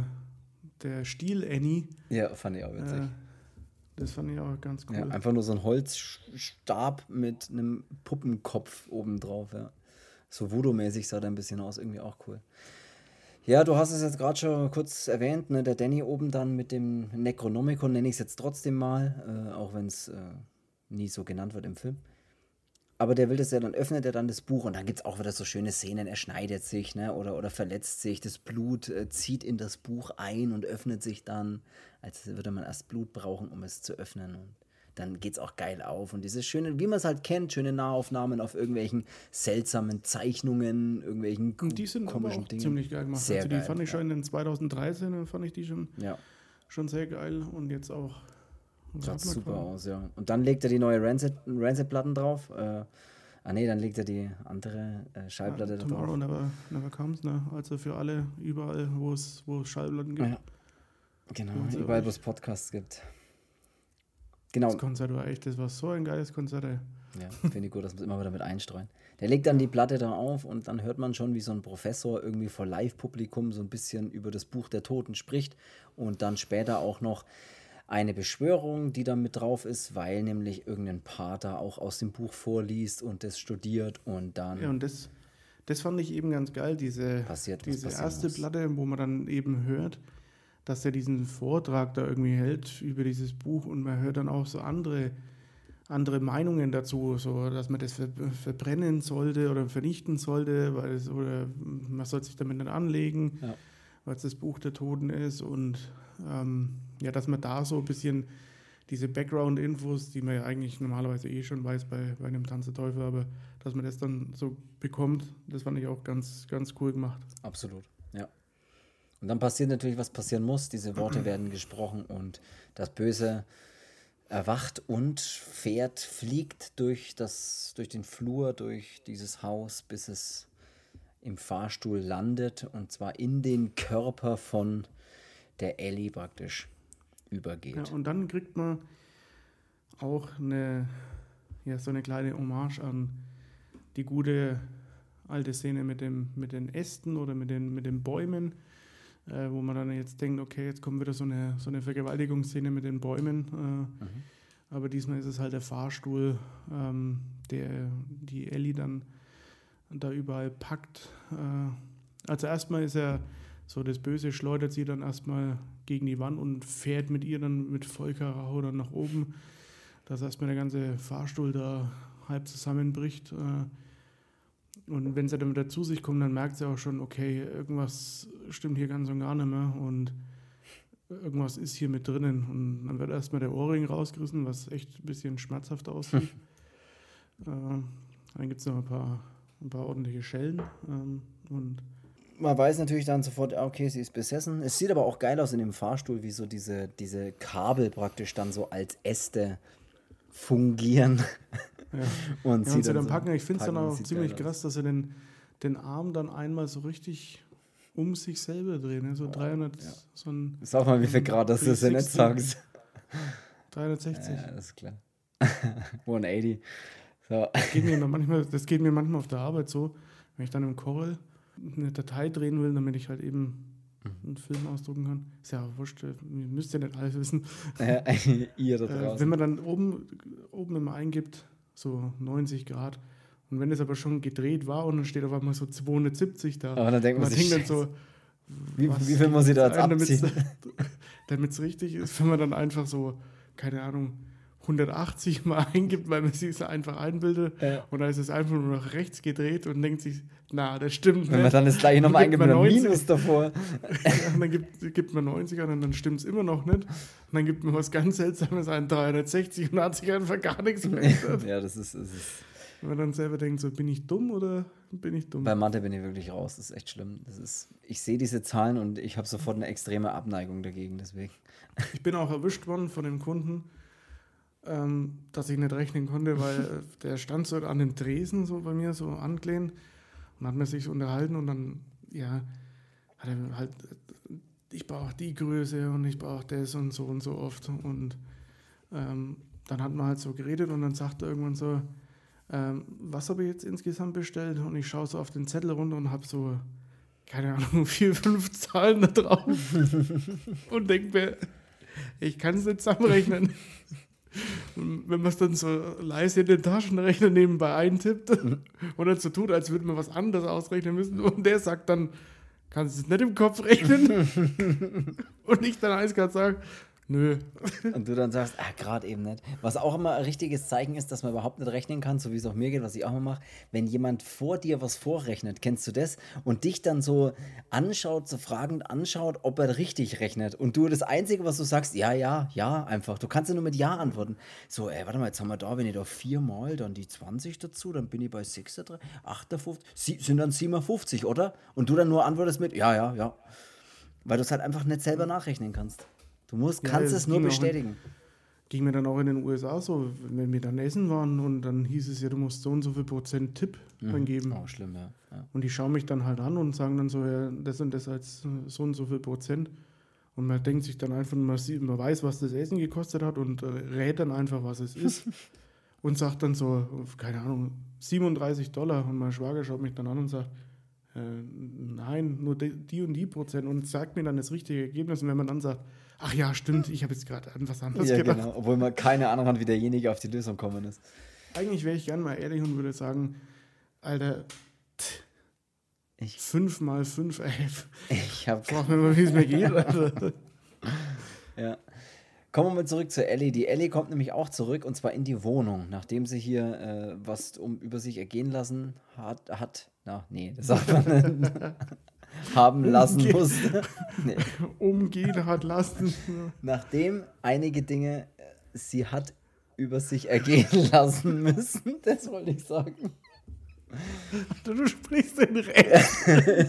der Stiel-Annie. Ja, fand ich auch witzig. Das fand ich auch ganz cool. Ja, einfach nur so ein Holzstab mit einem Puppenkopf obendrauf, ja. So Voodoo-mäßig sah der ein bisschen aus, irgendwie auch cool. Ja, du hast es jetzt gerade schon kurz erwähnt, ne? Der Danny oben dann mit dem Necronomicon, nenne ich es jetzt trotzdem mal, auch wenn es nie so genannt wird im Film. Aber der will das ja, dann öffnet er dann das Buch und dann gibt es auch wieder so schöne Szenen, er schneidet sich, ne, oder verletzt sich, das Blut zieht in das Buch ein und öffnet sich dann, als würde man erst Blut brauchen, um es zu öffnen und dann geht es auch geil auf und diese schönen, wie man es halt kennt, schöne Nahaufnahmen auf irgendwelchen seltsamen Zeichnungen, irgendwelchen und die sind aber auch Dingen. Ziemlich geil gemacht. Sehr also die geil, fand ich schon in 2013, dann fand ich die ja. schon sehr geil und jetzt auch. Sah super aus, ja. Und dann legt er die neue Rancid-Platten drauf. Nee, dann legt er die andere Schallplatte da drauf. Tomorrow Never Comes, ne? Also für alle, überall, wo es Schallplatten gibt. Ja. Genau, überall, wo es Podcasts gibt. Genau. Das Konzert war echt, das war so ein geiles Konzert, ey. Ja, finde ich gut, dass wir es immer wieder mit einstreuen. Der legt dann die Platte da auf und dann hört man schon, wie so ein Professor irgendwie vor Live-Publikum so ein bisschen über das Buch der Toten spricht und dann später auch noch eine Beschwörung, die da mit drauf ist, weil nämlich irgendein Pater auch aus dem Buch vorliest und das studiert und dann... Ja, und das fand ich eben ganz geil, diese erste Platte, wo man dann eben hört, dass er diesen Vortrag da irgendwie hält über dieses Buch und man hört dann auch so andere Meinungen dazu, so dass man das verbrennen sollte oder vernichten sollte, oder man soll sich damit nicht anlegen, weil es das Buch der Toten ist und dass man da so ein bisschen diese Background-Infos, die man ja eigentlich normalerweise schon weiß bei einem Tanz der Teufel, aber dass man das dann so bekommt, das fand ich auch ganz, ganz cool gemacht. Absolut, ja. Und dann passiert natürlich, was passieren muss. Diese Worte werden gesprochen und das Böse erwacht und fliegt durch den Flur, durch dieses Haus, bis es im Fahrstuhl landet und zwar in den Körper von der Ellie praktisch übergeht. Ja, und dann kriegt man auch so eine kleine Hommage an die gute alte Szene mit den Ästen oder mit den Bäumen, wo man dann jetzt denkt, okay, jetzt kommt wieder so eine Vergewaltigungsszene mit den Bäumen. Aber diesmal ist es halt der Fahrstuhl, der die Ellie dann da überall packt. Also erstmal ist er so, das Böse schleudert sie dann erstmal gegen die Wand und fährt mit ihr dann mit Vollkaracho dann nach oben, dass erstmal der ganze Fahrstuhl da halb zusammenbricht. Und wenn sie dann wieder zu sich kommt, dann merkt sie auch schon, okay, irgendwas stimmt hier ganz und gar nicht mehr und irgendwas ist hier mit drinnen. Und dann wird erstmal der Ohrring rausgerissen, was echt ein bisschen schmerzhaft aussieht. Dann gibt es noch ein paar ordentliche Schellen. Und man weiß natürlich dann sofort, okay, sie ist besessen. Es sieht aber auch geil aus in dem Fahrstuhl, wie so diese Kabel praktisch dann so als Äste fungieren. Ja. Und sie dann packen. Ich finde es dann auch ziemlich krass, dass sie den Arm dann einmal so richtig um sich selber drehen. Ne? So 300. Ja. Sag mal, wie viel Grad das ist, wenn du nicht sagst. 360. Ja, das ist klar. 180. So. Das geht mir manchmal auf der Arbeit so, wenn ich dann im Corel eine Datei drehen will, damit ich halt eben einen Film ausdrucken kann. Ist ja auch wurscht, ihr müsst ja nicht alles wissen. Ihr da draußen. Wenn man dann oben immer eingibt, so 90 Grad, und wenn es aber schon gedreht war und dann steht auf einmal so 270 da. Aber dann denkt man sich, dann so, wie viel muss ich da jetzt abziehen? Damit es richtig ist, wenn man dann einfach so, keine Ahnung, 180 mal eingibt, weil man sich es einfach einbildet. Ja. Und dann ist es einfach nur nach rechts gedreht und denkt sich, na, das stimmt nicht. Wenn man dann das gleiche nochmal eingibt mit einem Minus davor. Ja, und dann gibt man 90 an und dann stimmt es immer noch nicht. Und dann gibt man was ganz Seltsames ein, 360 und hat sich einfach gar nichts geändert. Ja, das ist wenn man dann selber denkt, so, bin ich dumm oder bin ich dumm? Bei Mathe bin ich wirklich raus, das ist echt schlimm. Ich sehe diese Zahlen und ich habe sofort eine extreme Abneigung dagegen, deswegen. Ich bin auch erwischt worden von dem Kunden, dass ich nicht rechnen konnte, weil der stand so an den Tresen so bei mir so angelehnt und hat mir sich so unterhalten und dann, ja, hat er halt, ich brauche die Größe und ich brauche das und so oft und dann hat man halt so geredet und dann sagt er irgendwann so, was habe ich jetzt insgesamt bestellt? Und ich schaue so auf den Zettel runter und habe so, keine Ahnung, 4, 5 Zahlen da drauf und denke mir, ich kann es nicht zusammenrechnen. Und wenn man es dann so leise in den Taschenrechner nebenbei eintippt und dann so tut, als würde man was anderes ausrechnen müssen und der sagt dann, kannst du es nicht im Kopf rechnen? Und ich dann eiskalt sage, nö. Und du dann sagst, gerade eben nicht. Was auch immer ein richtiges Zeichen ist, dass man überhaupt nicht rechnen kann, so wie es auch mir geht, was ich auch mal mache, wenn jemand vor dir was vorrechnet, kennst du das? Und dich dann so anschaut, so fragend anschaut, ob er richtig rechnet. Und du das Einzige, was du sagst, ja, einfach. Du kannst ja nur mit Ja antworten. So, warte mal, jetzt haben wir da, wenn ich da 4 mal, dann die 20 dazu, dann bin ich bei 36, 58, sind dann 57, oder? Und du dann nur antwortest mit ja. Weil du es halt einfach nicht selber nachrechnen kannst. Du kannst es nur bestätigen. Ging mir dann auch in den USA so, wenn wir dann essen waren und dann hieß es ja, du musst so und so viel Prozent Tipp angeben. Oh, schlimm, ja. Und die schauen mich dann halt an und sagen dann so, ja, das und das als so und so viel Prozent. Und man denkt sich dann einfach, man weiß, was das Essen gekostet hat und rät dann einfach, was es ist. Und sagt dann so, keine Ahnung, $37. Und mein Schwager schaut mich dann an und sagt, nein, nur die und die Prozent und sagt mir dann das richtige Ergebnis. Und wenn man dann sagt, ach ja, stimmt, ich habe jetzt gerade an was anderes gedacht. Genau, obwohl man keine Ahnung hat, wie derjenige auf die Lösung kommen ist. Eigentlich wäre ich gern mal ehrlich und würde sagen, Alter, 5 mal 5, Ich frag mir mal, wie es mir geht, Alter. Ja. Kommen wir mal zurück zur Ellie. Die Ellie kommt nämlich auch zurück und zwar in die Wohnung, nachdem sie hier was über sich ergehen lassen das sagt man nicht. Haben lassen musste. Nee. Umgehen hat lassen. Nachdem einige Dinge sie hat über sich ergehen lassen müssen, das wollte ich sagen. Du sprichst den Rest.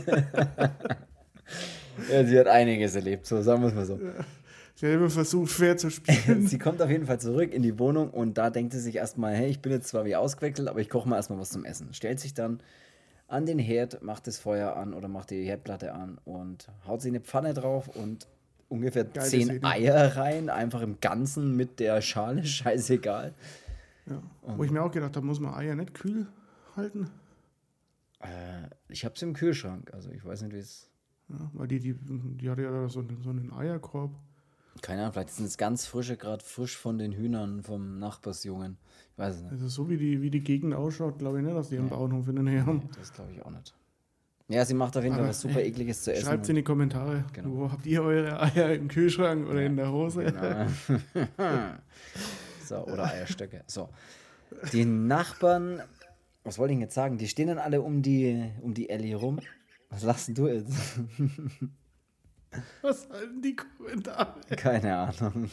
Ja, sie hat einiges erlebt, so sagen wir es mal so. Ja. Sie hat immer versucht, fair zu spielen. Sie kommt auf jeden Fall zurück in die Wohnung und da denkt sie sich erstmal, hey, ich bin jetzt zwar wie ausgewechselt, aber ich koche mal erstmal was zum Essen. Stellt sich dann an den Herd, macht das Feuer an oder macht die Herdplatte an und haut sie eine Pfanne drauf und ungefähr 10 Eier rein, einfach im Ganzen mit der Schale, scheißegal. Ja. Wo ich mir auch gedacht habe, muss man Eier nicht kühl halten? Ich habe sie im Kühlschrank, also ich weiß nicht, wie es... Ja, weil die hatte ja so einen Eierkorb. Keine Ahnung, vielleicht sind es ganz frische, gerade frisch von den Hühnern vom Nachbarsjungen. Ich weiß es nicht. Also so wie die Gegend ausschaut, glaube ich nicht, dass die einen Bauernhof in der Nähe haben. Nee, das glaube ich auch nicht. Ja, sie macht auf jeden Fall was super Ekliges zu essen. Schreibt in die Kommentare, Wo habt ihr eure Eier im Kühlschrank oder in der Hose? Genau. So, oder Eierstöcke. So. Die Nachbarn, was wollte ich jetzt sagen? Die stehen dann alle um die Ellie rum. Was lachst denn du jetzt? Was halten die Kommentare? Keine Ahnung.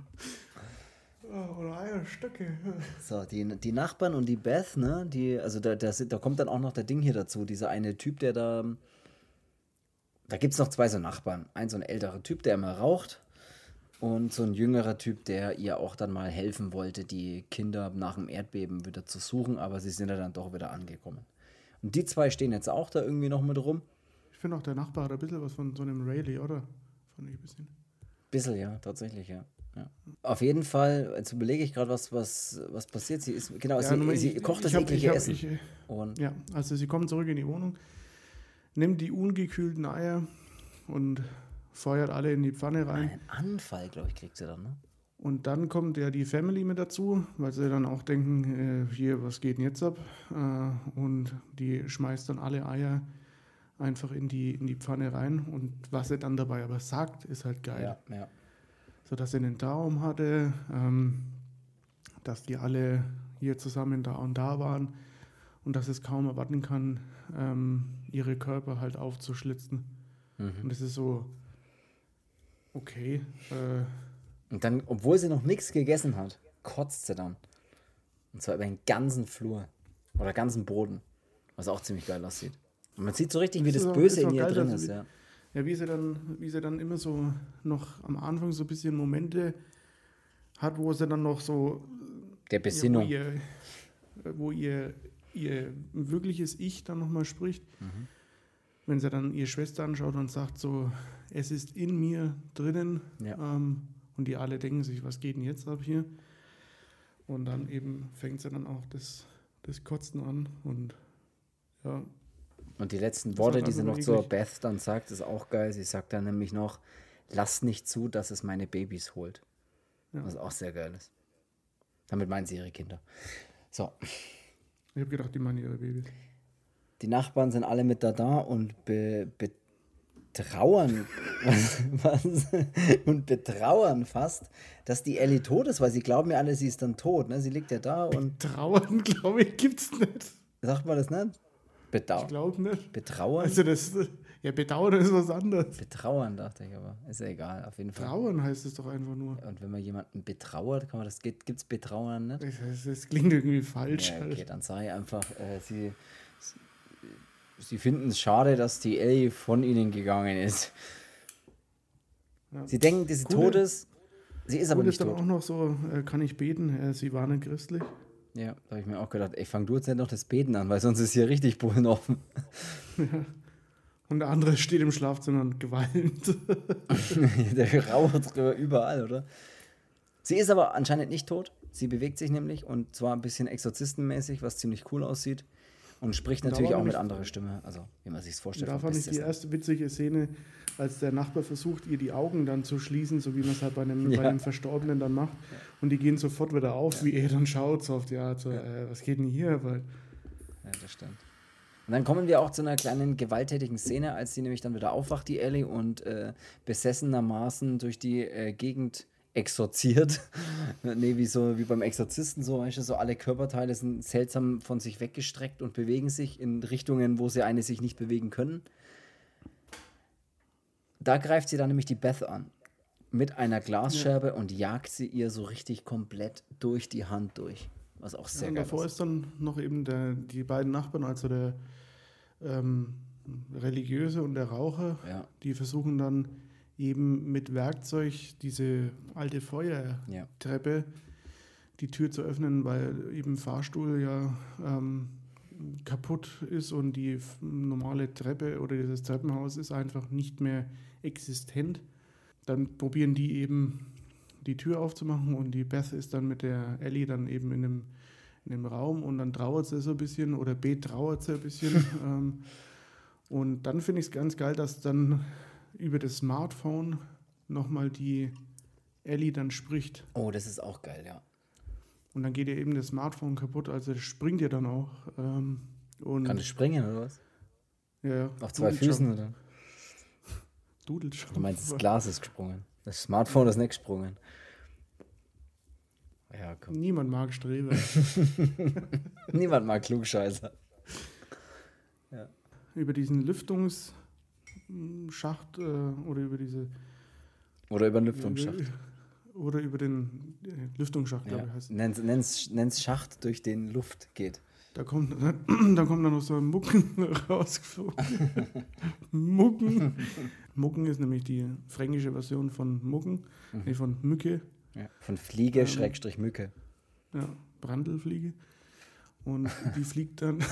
Oder Eierstöcke. So, die Nachbarn und die Beth, ne? Da kommt dann auch noch der Ding hier dazu. Dieser eine Typ, der da gibt es noch 2 so Nachbarn. So ein älterer Typ, der immer raucht. Und so ein jüngerer Typ, der ihr auch dann mal helfen wollte, die Kinder nach dem Erdbeben wieder zu suchen. Aber sie sind ja dann doch wieder angekommen. Und die 2 stehen jetzt auch da irgendwie noch mit rum. Ich finde auch, der Nachbar hat ein bisschen was von so einem Rayleigh, oder? Fand ich ein bisschen. Bisschen, ja, tatsächlich, ja. Auf jeden Fall, jetzt überlege ich gerade, was passiert. Sie ist, genau, ja, sie kocht das eklige Essen. Also sie kommt zurück in die Wohnung, nimmt die ungekühlten Eier und feuert alle in die Pfanne rein. Einen Anfall, glaube ich, kriegt sie dann, ne? Und dann kommt ja die Family mit dazu, weil sie dann auch denken, hier, was geht denn jetzt ab? Und die schmeißt dann alle Eier einfach in die Pfanne rein. Und was sie dann dabei aber sagt, ist halt geil. Ja. So dass sie einen Traum hatte, dass die alle hier zusammen da und da waren und dass es kaum erwarten kann, ihre Körper halt aufzuschlitzen. Und das ist so, okay. Und dann, obwohl sie noch nichts gegessen hat, kotzt sie dann. Und zwar über den ganzen Flur. Oder ganzen Boden. Was auch ziemlich geil aussieht. Und man sieht so richtig, wie das Böse in ihr drin ist. Ja, wie sie dann immer so noch am Anfang so ein bisschen Momente hat, wo sie dann noch so... Der Besinnung. Wo ihr wirkliches Ich dann nochmal spricht. Wenn sie dann ihre Schwester anschaut und sagt so, es ist in mir drinnen. Ja. Und die alle denken sich, was geht denn jetzt ab hier? Und dann eben fängt sie dann auch das Kotzen an. Und ja. Und die letzten Worte, die sie noch zur Beth dann sagt, ist auch geil. Sie sagt dann nämlich noch, lass nicht zu, dass es meine Babys holt. Ja. Was auch sehr geil ist. Damit meinen sie ihre Kinder. So. Ich habe gedacht, die meinen ihre Babys. Die Nachbarn sind alle mit da und betrauern und betrauern fast, dass die Ellie tot ist, weil sie glauben ja alle, sie ist dann tot. Ne? Sie liegt ja da und... Betrauern, glaube ich, gibt's nicht. Sagt man das nicht? Ich glaube nicht. Betrauern? Also bedauern ist was anderes. Betrauern, dachte ich, aber ist ja egal, auf jeden Fall. Trauern heißt es doch einfach nur. Und wenn man jemanden betrauert, gibt's Betrauern nicht? Das klingt irgendwie falsch. Ja, okay, dann sage ich einfach, sie finden es schade, dass die Ellie von ihnen gegangen ist. Ja. Sie denken, dass sie tot ist. Sie ist aber nicht tot. Ist dann auch noch so, kann ich beten? Sie war nicht christlich. Ja, da habe ich mir auch gedacht, fang du jetzt nicht noch das Beten an, weil sonst ist hier richtig Bullen offen. Ja. Und der andere steht im Schlafzimmer und gewalmt. Der raucht überall, oder? Sie ist aber anscheinend nicht tot. Sie bewegt sich nämlich und zwar ein bisschen exorzistenmäßig, was ziemlich cool aussieht. Und spricht natürlich auch mit anderer Stimme, also wie man sich es vorstellt. Da fand ich die erste witzige Szene, als der Nachbar versucht, ihr die Augen dann zu schließen, so wie man es halt bei einem Verstorbenen dann macht. Ja. Und die gehen sofort wieder auf, wie er dann schaut, so auf die Art, so, was geht denn hier? Weil ja, das stimmt. Und dann kommen wir auch zu einer kleinen gewalttätigen Szene, als sie nämlich dann wieder aufwacht, die Ellie, und besessenermaßen durch die Gegend exorziert. Nee, wie beim Exorzisten, so, weißt du, so alle Körperteile sind seltsam von sich weggestreckt und bewegen sich in Richtungen, wo sie eine sich nicht bewegen können. Da greift sie dann nämlich die Beth an. Mit einer Glasscherbe und jagt sie ihr so richtig komplett durch die Hand durch. Was auch sehr geil ist. Davor ist dann noch eben die beiden Nachbarn, also der Religiöse und der Raucher, die versuchen dann eben mit Werkzeug diese alte Feuertreppe die Tür zu öffnen, weil eben Fahrstuhl ja kaputt ist und die normale Treppe oder dieses Treppenhaus ist einfach nicht mehr existent. Dann probieren die eben die Tür aufzumachen und die Beth ist dann mit der Ellie dann eben in einem Raum und dann trauert sie so ein bisschen oder betrauert sie ein bisschen. Und dann finde ich es ganz geil, dass dann über das Smartphone nochmal die Ellie dann spricht. Oh, das ist auch geil, ja. Und dann geht ihr eben das Smartphone kaputt, also das springt ihr dann auch. Und kann das springen, oder was? Ja. Auf zwei Füßen, oder? Dudelschamp. Du meinst, das Glas ist gesprungen. Das Smartphone ist nicht gesprungen. Ja, komm. Niemand mag Streber. Niemand mag Klugscheißer. Ja. Über diesen Lüftungsschacht oder über diese... Oder über den Lüftungsschacht. Oder über den Lüftungsschacht, glaube ich, heißt es. Nenn's Schacht, durch den Luft geht. Da kommt dann noch so ein Mucken rausgeflogen. Mucken. Mucken ist nämlich die fränkische Version von Mucken, von Mücke. Ja, von Fliege, Schrägstrich Mücke. Ja, Brandelfliege. Und die fliegt dann...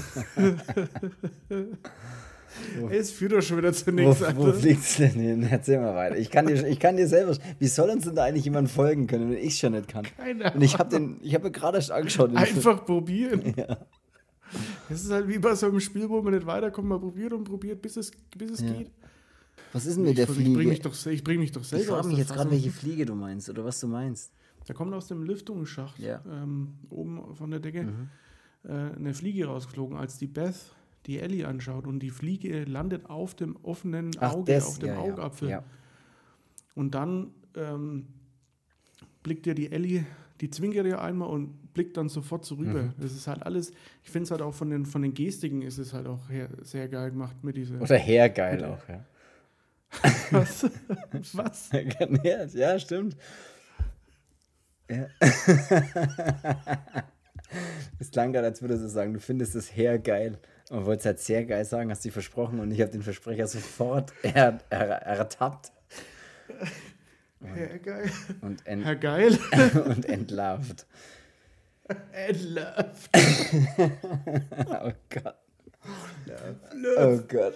Es führt doch schon wieder zu nichts. Wo fliegt es denn hin? Erzähl mal weiter. Ich kann dir selber... Wie soll uns denn da eigentlich jemand folgen können, wenn ich es schon nicht kann? Keine Ahnung. Und ich habe mir gerade erst angeschaut. Einfach probieren. Ja. Das ist halt wie bei so einem Spiel, wo man nicht weiterkommt. Man probiert und probiert, bis es geht. Was ist denn mit der Fliege? Ich bring mich doch selber. Ich frage mich jetzt gerade, welche Fliege du meinst oder was du meinst. Da kommt aus dem Lüftungsschacht oben von der Decke eine Fliege rausgeflogen, als die Beth die Ellie anschaut und die Fliege landet auf dem offenen Auge, auf dem Augapfel. Ja. Und dann blickt ja die Ellie, die zwinkert ja einmal und blickt dann sofort so rüber. Das ist halt alles, ich finde es halt auch von den Gestiken ist es halt auch sehr geil gemacht mit dieser... Oder hergeil auch, ja. Was? Was? Ja, stimmt. Ja. Es klang gerade, als würdest du sagen, du findest es hergeil. Und wolltest halt sehr geil sagen, hast du versprochen und ich habe den Versprecher sofort ertappt. Hergeil. Herr Geil. Und entlarvt. Entlarvt. Oh Gott. Oh Gott.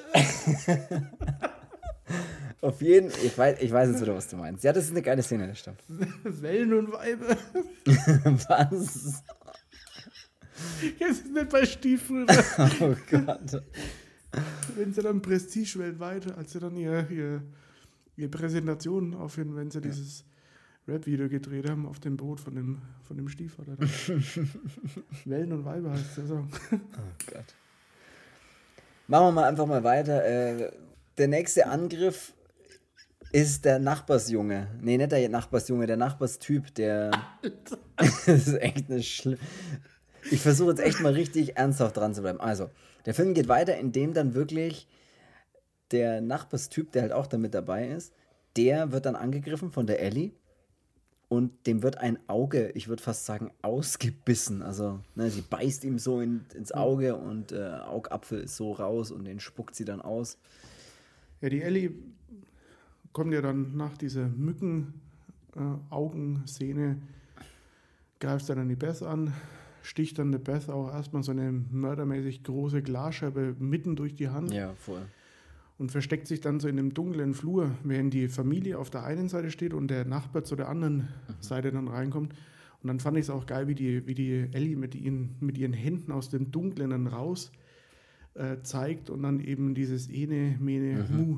Auf jeden Fall, ich weiß jetzt wieder, was du meinst. Ja, das ist eine geile Szene, das stimmt. Wellen und Weibe. Was? Jetzt ist nicht bei Stiefbrüder. Oh Gott. Wenn sie dann Prestige weltweit, als sie dann ihre Präsentation aufhören, wenn sie dieses Rap-Video gedreht haben auf dem Boot von dem Stiefvater. Wellen und Weiber heißt der Song. Oh Gott. Machen wir mal einfach mal weiter. Der nächste Angriff ist der Nachbarsjunge. Nee, nicht der Nachbarsjunge, der Nachbarstyp, der... Das ist echt eine Ich versuche jetzt echt mal richtig ernsthaft dran zu bleiben. Also, der Film geht weiter, indem dann wirklich der Nachbarstyp, der halt auch da mit dabei ist, der wird dann angegriffen von der Ellie und dem wird ein Auge, ich würde fast sagen, ausgebissen. Also, ne, sie beißt ihm so ins Auge und Augapfel ist so raus und den spuckt sie dann aus. Ja, die Ellie kommt ja dann nach dieser Mücken-Augenszene, greift dann die Beth an, sticht dann der Beth auch erstmal so eine mördermäßig große Glasscheibe mitten durch die Hand. Ja, voll. Und versteckt sich dann so in einem dunklen Flur, während die Familie auf der einen Seite steht und der Nachbar zu der anderen Seite dann reinkommt. Und dann fand ich es auch geil, wie die Ellie mit ihren Händen aus dem Dunklen dann raus zeigt und dann eben dieses Ene, Mene, Mu.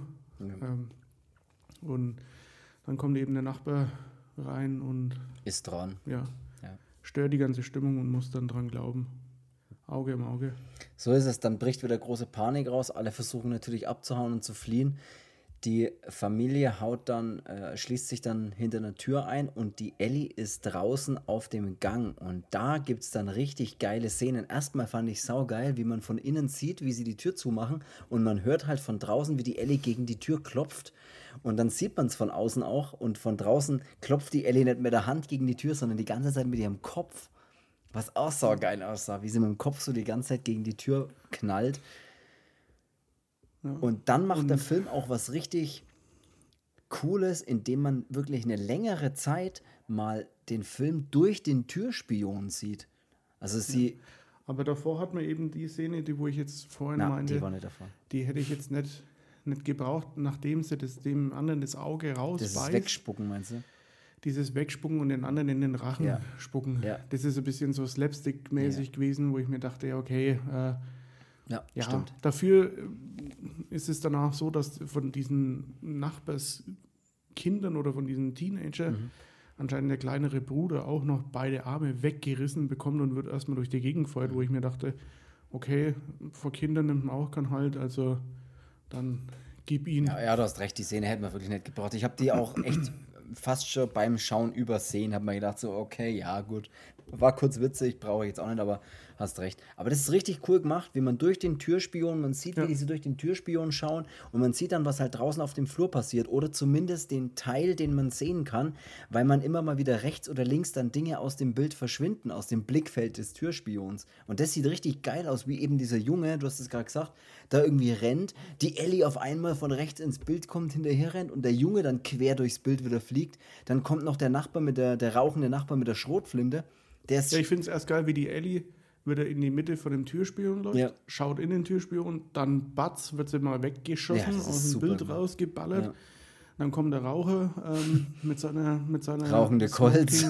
Und dann kommt eben der Nachbar rein und ist dran. Ja. Stört die ganze Stimmung und muss dann dran glauben. Auge im Auge. So ist es, dann bricht wieder große Panik raus. Alle versuchen natürlich abzuhauen und zu fliehen. Die Familie schließt sich dann hinter einer Tür ein und die Ellie ist draußen auf dem Gang. Und da gibt es dann richtig geile Szenen. Erstmal fand ich saugeil, wie man von innen sieht, wie sie die Tür zumachen. Und man hört halt von draußen, wie die Ellie gegen die Tür klopft. Und dann sieht man es von außen auch. Und von draußen klopft die Ellie nicht mit der Hand gegen die Tür, sondern die ganze Zeit mit ihrem Kopf. Was auch saugeil aussah, wie sie mit dem Kopf so die ganze Zeit gegen die Tür knallt. Ja. Und dann macht der Film auch was richtig Cooles, indem man wirklich eine längere Zeit mal den Film durch den Türspion sieht. Also aber davor hat man eben die Szene, wo ich jetzt vorhin meinte, die war nicht davor. Die hätte ich jetzt nicht gebraucht, nachdem sie dem anderen das Auge rausbeißt. Das Wegspucken, meinst du? Dieses Wegspucken und den anderen in den Rachen spucken. Ja. Das ist ein bisschen so Slapstick-mäßig gewesen, wo ich mir dachte, ja, okay, stimmt. Dafür ist es danach so, dass von diesen Nachbarskindern oder von diesen Teenagern anscheinend der kleinere Bruder auch noch beide Arme weggerissen bekommt und wird erstmal durch die Gegend gefeuert, wo ich mir dachte, okay, vor Kindern nimmt man auch keinen Halt, also dann gib ihn. Ja, du hast recht, die Szene hätte man wirklich nicht gebraucht. Ich habe die auch echt fast schon beim Schauen übersehen, habe mir gedacht so, okay, ja gut, war kurz witzig, brauche ich jetzt auch nicht, aber hast recht. Aber das ist richtig cool gemacht, wie man durch den Türspion, man sieht, wie sie durch den Türspion schauen und man sieht dann, was halt draußen auf dem Flur passiert oder zumindest den Teil, den man sehen kann, weil man immer mal wieder rechts oder links dann Dinge aus dem Bild verschwinden, aus dem Blickfeld des Türspions. Und das sieht richtig geil aus, wie eben dieser Junge, du hast es gerade gesagt, da irgendwie rennt, die Ellie auf einmal von rechts ins Bild kommt, hinterher rennt und der Junge dann quer durchs Bild wieder fliegt. Dann kommt noch der Nachbar der rauchende Nachbar mit der Schrotflinte. Ich finde es erst geil, wie die Ellie wieder in die Mitte von dem Türspion läuft, schaut in den Türspion, dann batz, wird sie mal weggeschossen, aus dem Bild rausgeballert. Ja. Dann kommt der Raucher mit seiner rauchende Colts.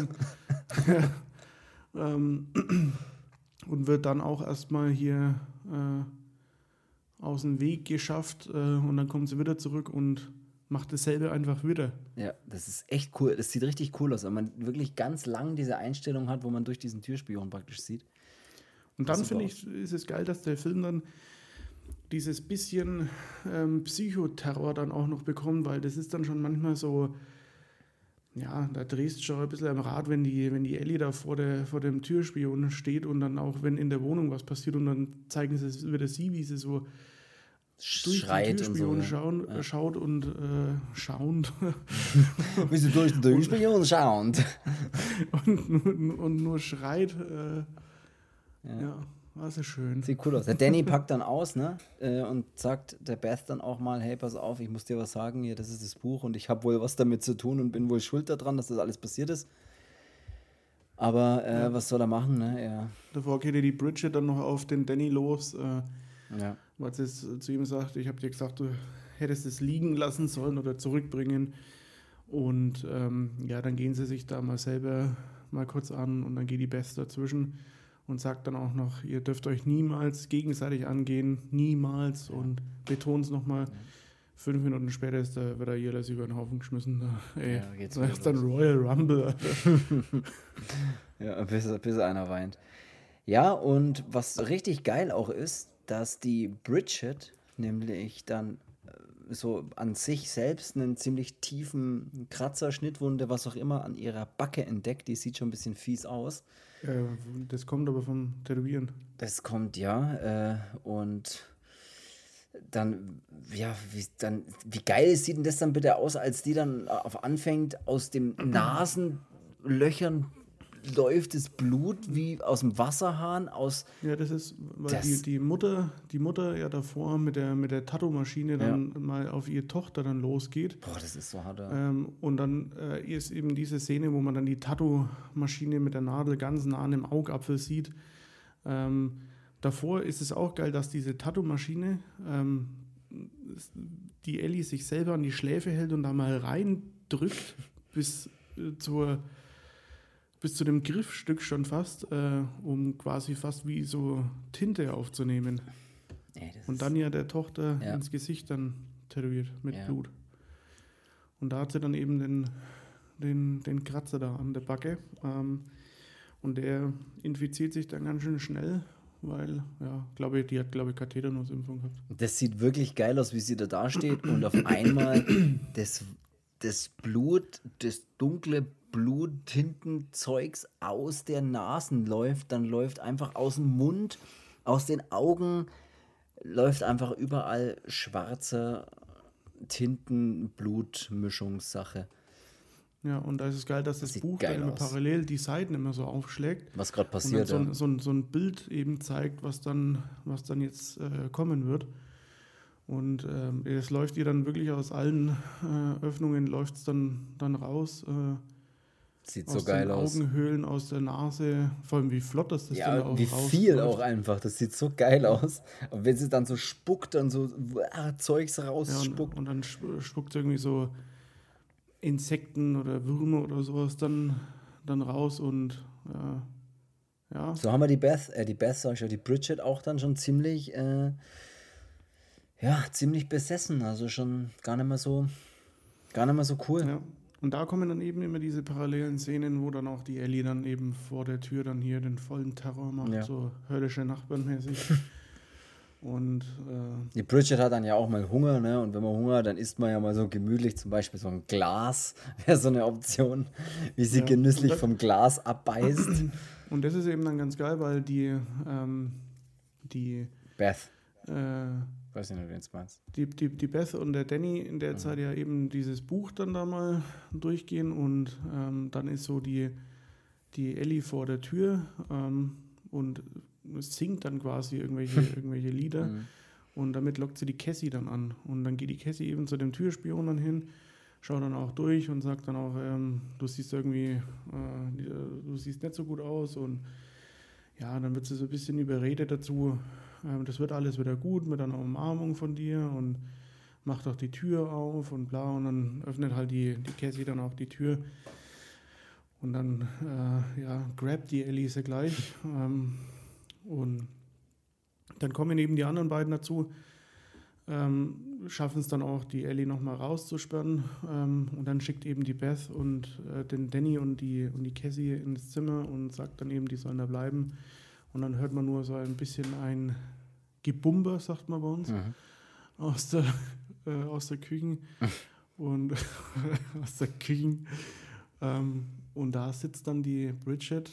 Und wird dann auch erstmal hier aus dem Weg geschafft und dann kommt sie wieder zurück und macht dasselbe einfach wieder. Ja, das ist echt cool. Das sieht richtig cool aus, wenn man wirklich ganz lang diese Einstellung hat, wo man durch diesen Türspion praktisch sieht. Und dann finde ich, ist es geil, dass der Film dann dieses bisschen Psychoterror dann auch noch bekommt, weil das ist dann schon manchmal so, ja, da drehst du schon ein bisschen am Rad, wenn die Ellie da vor dem Türspion steht und dann auch, wenn in der Wohnung was passiert und dann zeigen sie wieder sie, wie sie so durch schreit den Türspion und so, schaut und schauend. Wie sie durch den Türspion schaut. und nur schreit. Ja, das ist schön. Sieht cool aus. Der Danny packt dann aus, ne? Und sagt der Beth dann auch mal, hey, pass auf, ich muss dir was sagen, hier, das ist das Buch und ich habe wohl was damit zu tun und bin wohl schuld daran, dass das alles passiert ist. Aber was soll er machen, ne? Ja. Davor geht die Bridget dann noch auf den Danny los, Ja. weil sie zu ihm sagt, ich habe dir gesagt, du hättest es liegen lassen sollen oder zurückbringen. Und dann gehen sie sich da mal selber mal kurz an und dann geht die Beth dazwischen und sagt dann auch noch, ihr dürft euch niemals gegenseitig angehen, niemals, und betont es nochmal. 5 Minuten später wird da jedes über den Haufen geschmissen. Da ist dann Royal Rumble. Ja, bis einer weint. Ja, und was richtig geil auch ist, dass die Bridget nämlich dann so an sich selbst einen ziemlich tiefen Kratzer, Schnittwunde, was auch immer, an ihrer Backe entdeckt. Die sieht schon ein bisschen fies aus. Das kommt aber vom Tätowieren. Das kommt, ja. Und dann, ja, wie geil sieht denn das dann bitte aus, als die dann anfängt, aus den Nasenlöchern läuft das Blut wie aus dem Wasserhahn aus. Ja, das ist, weil die Mutter ja davor mit der Tattoo-Maschine dann mal auf ihre Tochter dann losgeht. Boah, das ist so hart. Und dann ist eben diese Szene, wo man dann die Tattoo-Maschine mit der Nadel ganz nah an dem Augapfel sieht. Davor ist es auch geil, dass diese Tattoo-Maschine die Ellie sich selber an die Schläfe hält und da mal reindrückt bis zu dem Griffstück schon fast, um quasi fast wie so Tinte aufzunehmen. Und dann ja der Tochter ins Gesicht dann tätowiert mit Blut. Und da hat sie dann eben den Kratzer da an der Backe. Und der infiziert sich dann ganz schön schnell, weil, die hat keine Tetanus-Impfung gehabt. Das sieht wirklich geil aus, wie sie da dasteht und auf einmal das Blut, das dunkle Bluttintenzeugs aus der Nase läuft, dann läuft einfach aus dem Mund, aus den Augen, läuft einfach überall schwarze Tinten-Blut-Mischungssache. Ja, und da ist es geil, dass das Buch dann immer parallel die Seiten immer so aufschlägt. Was gerade passiert, und dann so ein Bild eben zeigt, was dann jetzt kommen wird. Und es läuft ihr dann wirklich aus allen Öffnungen, läuft es dann raus. Sieht so geil aus. Aus den Augenhöhlen, aus der Nase, vor allem wie flott das dann auch rauskommt. Ja, wie viel auch einfach, das sieht so geil aus. Und wenn sie dann so spuckt, dann so Zeugs rausspuckt. Ja, und dann spuckt irgendwie so Insekten oder Würmer oder sowas dann raus und ja. So haben wir die Beth, sag ich schon, die Bridget auch dann schon ziemlich besessen, also schon gar nicht mehr so cool. Ja. Und da kommen dann eben immer diese parallelen Szenen, wo dann auch die Ellie dann eben vor der Tür dann hier den vollen Terror macht, so höllische Nachbarn mäßig. Und die Bridget hat dann ja auch mal Hunger, ne? Und wenn man Hunger hat, dann isst man ja mal so gemütlich, zum Beispiel so ein Glas, wäre so eine Option, wie sie genüsslich vom Glas abbeißt. Und das ist eben dann ganz geil, weil die Beth. Weiß ich nicht, wen du meinst. Die Beth und der Danny in der Zeit ja eben dieses Buch dann da mal durchgehen und dann ist so die Ellie vor der Tür und singt dann quasi irgendwelche Lieder und damit lockt sie die Cassie dann an. Und dann geht die Cassie eben zu dem Türspion dann hin, schaut dann auch durch und sagt dann auch, du siehst irgendwie, du siehst nicht so gut aus und ja, dann wird sie so ein bisschen überredet dazu, das wird alles wieder gut mit einer Umarmung von dir und macht auch die Tür auf und bla und dann öffnet halt die Cassie dann auch die Tür und dann grabt die Elise gleich und dann kommen eben die anderen beiden dazu, schaffen es dann auch, die Ellie nochmal rauszusperren. Und dann schickt eben die Beth und den Danny und die Cassie ins Zimmer und sagt dann eben, die sollen da bleiben. Und dann hört man nur so ein bisschen ein Gebumper, sagt man bei uns, aus der Küche. Und aus der Küche. Und da sitzt dann die Bridget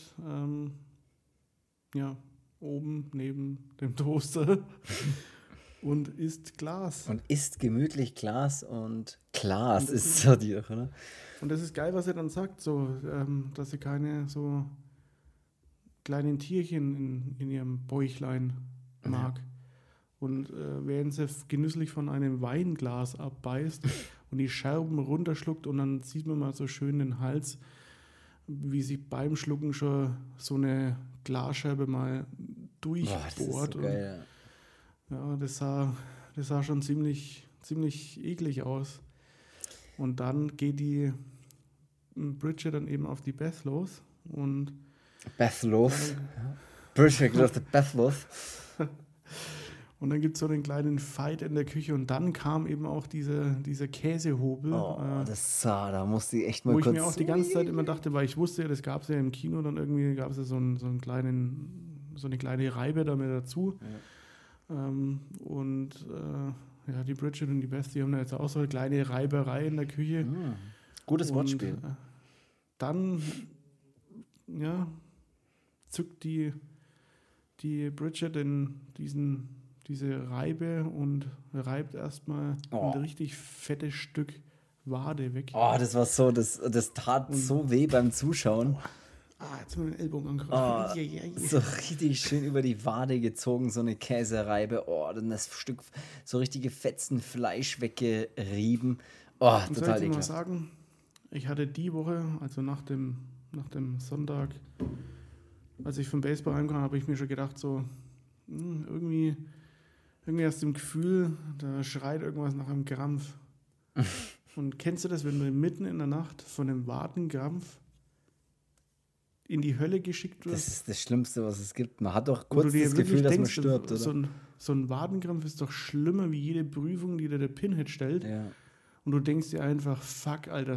oben neben dem Toaster und isst Glas. Und isst gemütlich Glas und Glas ist so die, oder? Und das ist geil, was er dann sagt, so, dass sie keine so kleinen Tierchen in ihrem Bäuchlein mag. Und während sie genüsslich von einem Weinglas abbeißt und die Scherben runterschluckt und dann sieht man mal so schön den Hals, wie sich beim Schlucken schon so eine Glasscherbe mal durchbohrt. Boah, das ist so geil, ja, das sah schon ziemlich eklig aus. Und dann geht die Bridget dann eben auf die Beth los und Beth los. Bridget geht auf die Beth los. Und dann gibt es so einen kleinen Fight in der Küche und dann kam eben auch dieser Käsehobel. Da musste ich echt mal kurz... Wo kurz... ich mir auch die ganze Zeit immer dachte, weil ich wusste ja, das gab es ja im Kino, dann irgendwie gab es ja so eine kleine Reibe damit dazu. Ja. Die Bridget und die Beth, die haben da jetzt auch so eine kleine Reiberei in der Küche. Gutes Wortspiel. Dann zückt die Bridget diese Reibe und reibt erstmal ein richtig fettes Stück Wade weg. Oh, das war so, das tat so weh beim Zuschauen. Jetzt mit dem Ellbogen angegriffen. So richtig schön über die Wade gezogen, so eine Käsereibe. Oh, dann das Stück, so richtige Fetzen Fleisch weggerieben. Oh, und total soll ich ekelhaft. mal sagen, ich hatte die Woche, also nach dem Sonntag, als ich vom Baseball heimkam, habe ich mir schon gedacht, so irgendwie aus dem Gefühl, da schreit irgendwas nach einem Krampf. Und kennst du das, wenn du mitten in der Nacht von einem Wadenkrampf in die Hölle geschickt wirst? Das ist das Schlimmste, was es gibt. Man hat doch kurz das Gefühl, dass man stirbt, oder? So ein Wadenkrampf ist doch schlimmer wie jede Prüfung, die dir der Pinhead stellt. Ja. Und du denkst dir einfach, fuck, Alter,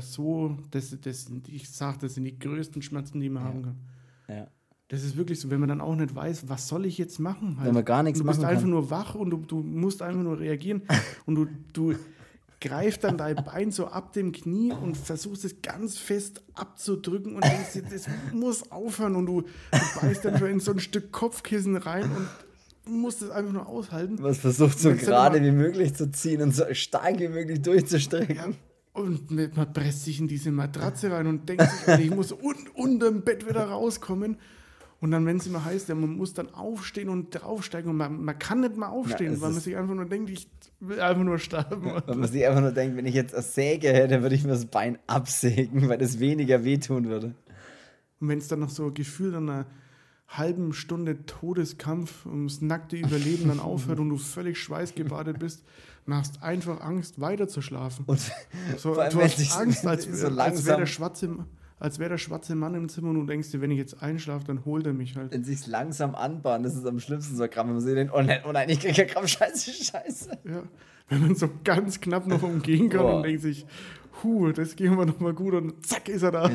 ich sag, das sind die größten Schmerzen, die man haben kann. Ja. Das ist wirklich so, wenn man dann auch nicht weiß, was soll ich jetzt machen? Halt. Wenn man gar nichts machen kann. Du bist einfach nur wach und du musst einfach nur reagieren. Und du greifst dann dein Bein so ab dem Knie und versuchst es ganz fest abzudrücken und denkst dir, das muss aufhören. Und du beißt dann schon in so ein Stück Kopfkissen rein und musst es einfach nur aushalten. Was versucht so gerade wie möglich zu ziehen und so stark wie möglich durchzustrecken. Ja. Und man presst sich in diese Matratze rein und denkt sich, ich muss unterm Bett wieder rauskommen. Und dann, wenn es immer heißt, ja, man muss dann aufstehen und draufsteigen und man kann nicht mal aufstehen, weil man sich einfach nur denkt, ich will einfach nur sterben. Weil man sich einfach nur denkt, wenn ich jetzt eine Säge hätte, würde ich mir das Bein absägen, weil das weniger wehtun würde. Und wenn es dann noch so gefühlt an einer halben Stunde Todeskampf ums nackte Überleben dann aufhört und du völlig schweißgebadet bist, dann hast einfach Angst, weiter zu schlafen. Und so, du hast Angst, als wäre der schwarze Mann im Zimmer und du denkst dir, wenn ich jetzt einschlafe, dann holt er mich halt. Wenn sich's langsam anbahnt, das ist am schlimmsten so Krampf. Wenn man sich denkt, oh nein, ich kriege ja Krampf, scheiße. Ja, wenn man so ganz knapp noch umgehen kann und denkt sich, das gehen wir nochmal gut und zack ist er da.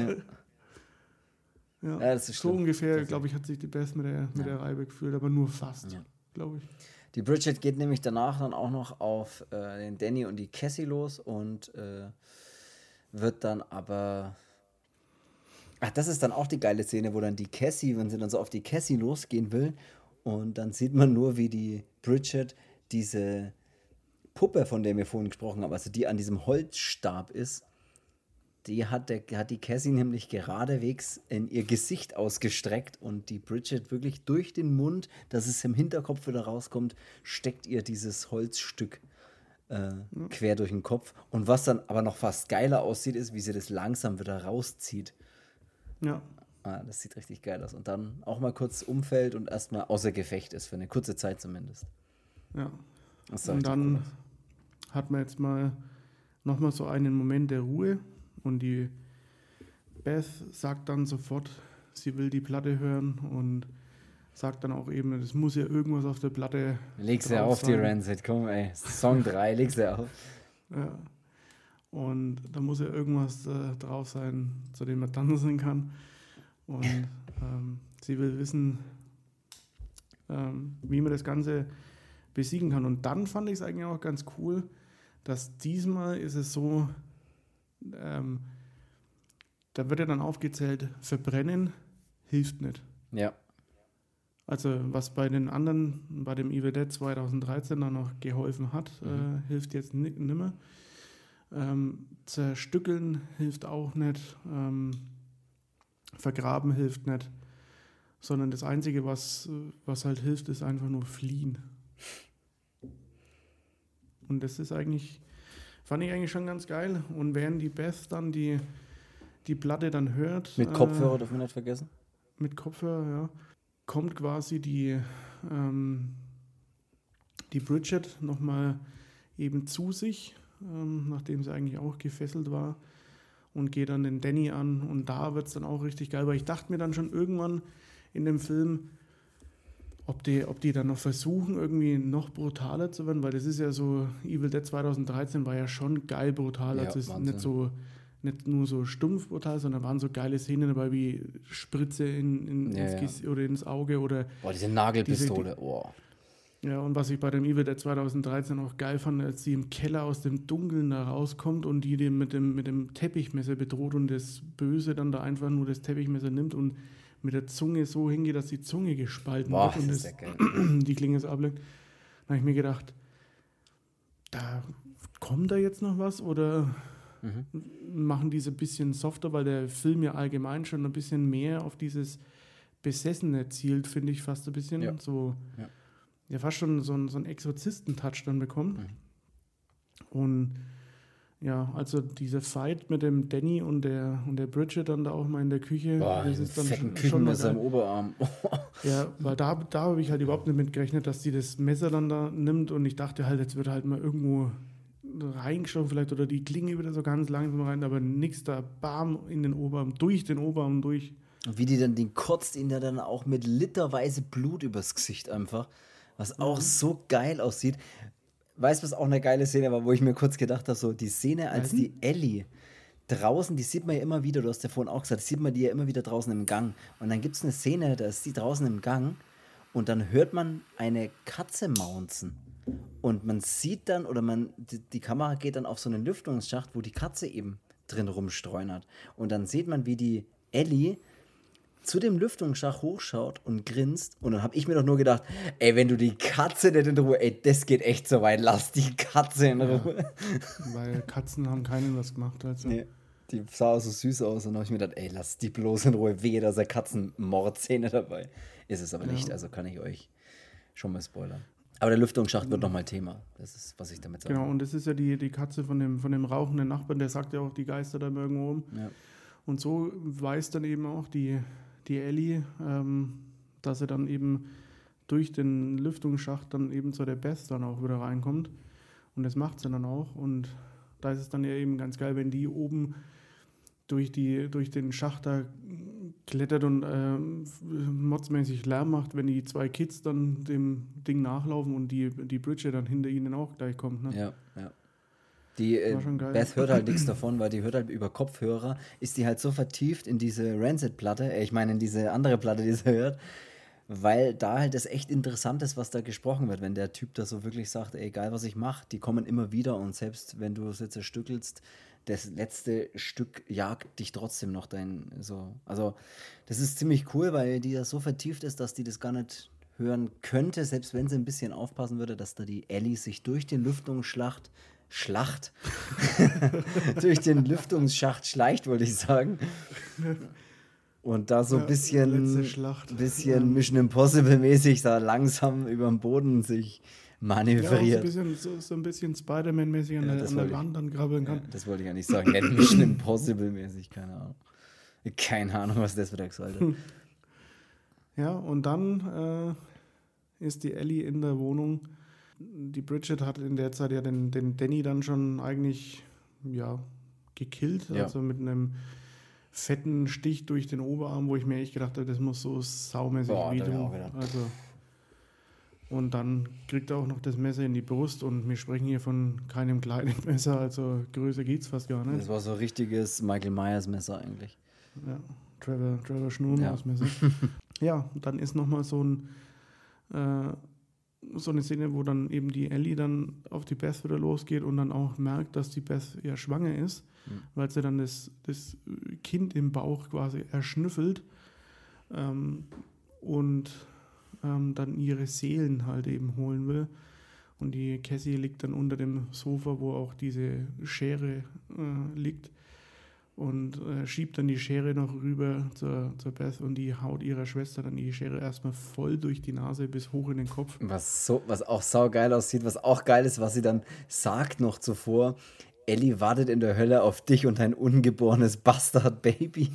Ja, das ist so ungefähr, glaube ich, hat sich die Beth mit der Reibe gefühlt, aber nur fast, glaube ich. Die Bridget geht nämlich danach dann auch noch auf den Danny und die Cassie los und wird dann aber... Ach, das ist dann auch die geile Szene, wo dann die Cassie, wenn sie dann so auf die Cassie losgehen will und dann sieht man nur, wie die Bridget diese Puppe, von der wir vorhin gesprochen haben, also die an diesem Holzstab ist, die hat die Cassie nämlich geradewegs in ihr Gesicht ausgestreckt und die Bridget wirklich durch den Mund, dass es im Hinterkopf wieder rauskommt, steckt ihr dieses Holzstück quer durch den Kopf. Und was dann aber noch fast geiler aussieht, ist, wie sie das langsam wieder rauszieht. Ja. Das sieht richtig geil aus. Und dann auch mal kurz umfällt und erstmal außer Gefecht ist, für eine kurze Zeit zumindest. Ja. Und dann cool hat man jetzt mal nochmal so einen Moment der Ruhe und die Beth sagt dann sofort, sie will die Platte hören und sagt dann auch eben, es muss ja irgendwas auf der Platte Leg's ja auf, die Rancid, komm ey, Song 3, leg's ja auf. Ja. Und da muss ja irgendwas drauf sein, zu dem man tanzen kann. Und sie will wissen, wie man das Ganze besiegen kann. Und dann fand ich es eigentlich auch ganz cool, dass diesmal ist es so, da wird ja dann aufgezählt, verbrennen hilft nicht. Ja. Also was bei den anderen, bei dem Evil Dead 2013 dann noch geholfen hat, hilft jetzt nimmer. Zerstückeln hilft auch nicht. Vergraben hilft nicht. Sondern das Einzige, was halt hilft, ist einfach nur fliehen. Und das ist eigentlich, fand ich eigentlich schon ganz geil. Und während die Beth dann die Platte dann hört. Mit Kopfhörer dürfen wir nicht vergessen. Mit Kopfhörer, ja. Kommt quasi die Bridget nochmal eben zu sich, nachdem sie eigentlich auch gefesselt war, und geht dann den Danny an. Und da wird es dann auch richtig geil, weil ich dachte mir dann schon irgendwann in dem Film, ob die dann noch versuchen, irgendwie noch brutaler zu werden, weil das ist ja so, Evil Dead 2013 war ja schon geil brutal, Ja, also es ist Wahnsinn. nicht nur so stumpf brutal, sondern waren so geile Szenen dabei wie Spritze oder ins Auge oder Boah, diese Nagelpistole, ja, und was ich bei dem Evil Dead 2013 auch geil fand, als sie im Keller aus dem Dunkeln da rauskommt und die den mit dem Teppichmesser bedroht und das Böse dann da einfach nur das Teppichmesser nimmt und mit der Zunge so hingeht, dass die Zunge gespalten wird und das ist ja geil. die Klinge so ablenkt. Da habe ich mir gedacht, kommt da jetzt noch was oder machen diese ein bisschen softer, weil der Film ja allgemein schon ein bisschen mehr auf dieses Besessene zielt, finde ich fast ein bisschen ja fast schon so einen Exorzisten-Touch dann bekommt. Und ja, also dieser Fight mit dem Danny und der Bridget dann da auch mal in der Küche, das ist dann fetten Küchenmesser im Oberarm. Ja, weil da habe ich halt überhaupt nicht mit gerechnet, dass die das Messer dann da nimmt und ich dachte halt, jetzt wird halt mal irgendwo reingeschoben vielleicht oder die Klinge wieder so ganz langsam rein, aber nix da, bam, in den Oberarm durch. Und wie die dann den kotzt ihn ja dann auch mit literweise Blut übers Gesicht einfach, was auch so geil aussieht. Weißt du, was auch eine geile Szene war, wo ich mir kurz gedacht habe, so die Szene, als die Ellie draußen, die sieht man ja immer wieder, du hast ja vorhin auch gesagt, sieht man die ja immer wieder draußen im Gang. Und dann gibt es eine Szene, da ist die draußen im Gang und dann hört man eine Katze maunzen. Und man sieht dann, oder die Kamera geht dann auf so einen Lüftungsschacht, wo die Katze eben drin rumstreunert. Und dann sieht man, wie die Ellie zu dem Lüftungsschacht hochschaut und grinst. Und dann habe ich mir doch nur gedacht, ey, wenn du die Katze nicht in Ruhe, ey, das geht echt so weit, lass die Katze in Ruhe. Ja, weil Katzen haben keinen was gemacht. Also. Nee, die sah auch so süß aus. Und dann habe ich mir gedacht, ey, lass die bloß in Ruhe, wehe, da ist eine Katzenmordszene dabei. Ist es aber nicht, also kann ich euch schon mal spoilern. Aber der Lüftungsschacht wird nochmal Thema. Das ist, was ich damit sage. Genau, und das ist ja die Katze von dem rauchenden Nachbarn, der sagt ja auch, die Geister da irgendwo rum. Ja. Und so weiß dann eben auch die Ellie, dass er dann eben durch den Lüftungsschacht dann eben zu der Beth dann auch wieder reinkommt. Und das macht sie dann auch. Und da ist es dann ja eben ganz geil, wenn die oben durch den Schacht da klettert und modsmäßig Lärm macht, wenn die zwei Kids dann dem Ding nachlaufen und die Bridget dann hinter ihnen auch gleich kommt. Ne? Ja. Die Beth hört halt nichts davon, weil die hört halt über Kopfhörer, ist die halt so vertieft in diese Rancid-Platte, ich meine in diese andere Platte, die sie hört, weil da halt das echt interessant ist, was da gesprochen wird, wenn der Typ da so wirklich sagt, ey, egal was ich mache, die kommen immer wieder und selbst wenn du es jetzt zerstückelst, das letzte Stück jagt dich trotzdem noch also das ist ziemlich cool, weil die da so vertieft ist, dass die das gar nicht hören könnte, selbst wenn sie ein bisschen aufpassen würde, dass da die Ellie sich durch den Lüftungsschacht durch den Lüftungsschacht schleicht, wollte ich sagen. Und da so ein bisschen Mission Impossible-mäßig da langsam über den Boden sich manövriert. Ja, so ein bisschen Spider-Man-mäßig an der Wand dann krabbeln kann. Ja, das wollte ich ja nicht sagen. Nicht Mission Impossible-mäßig, keine Ahnung. Keine Ahnung, was das wieder gesagt hat. Ja, und dann ist die Ellie in der Wohnung. Die Bridget hat in der Zeit ja den Danny dann schon eigentlich gekillt, also mit einem fetten Stich durch den Oberarm, wo ich mir echt gedacht habe, das muss so saumäßig wehtun. Also, und dann kriegt er auch noch das Messer in die Brust und wir sprechen hier von keinem kleinen Messer, also größer geht's fast gar nicht. Das war so ein richtiges Michael Myers Messer eigentlich. Ja, Trevor Schnurmaus-Messer. Ja, dann ist nochmal so eine Szene, wo dann eben die Ellie dann auf die Beth wieder losgeht und dann auch merkt, dass die Beth ja schwanger ist, weil sie dann das Kind im Bauch quasi erschnüffelt und dann ihre Seelen halt eben holen will. Und die Cassie liegt dann unter dem Sofa, wo auch diese Schere liegt und schiebt dann die Schere noch rüber zur Beth und die haut ihrer Schwester dann die Schere erstmal voll durch die Nase bis hoch in den Kopf. Was auch saugeil aussieht, was auch geil ist, was sie dann sagt noch zuvor: Ellie wartet in der Hölle auf dich und dein ungeborenes Bastard-Baby.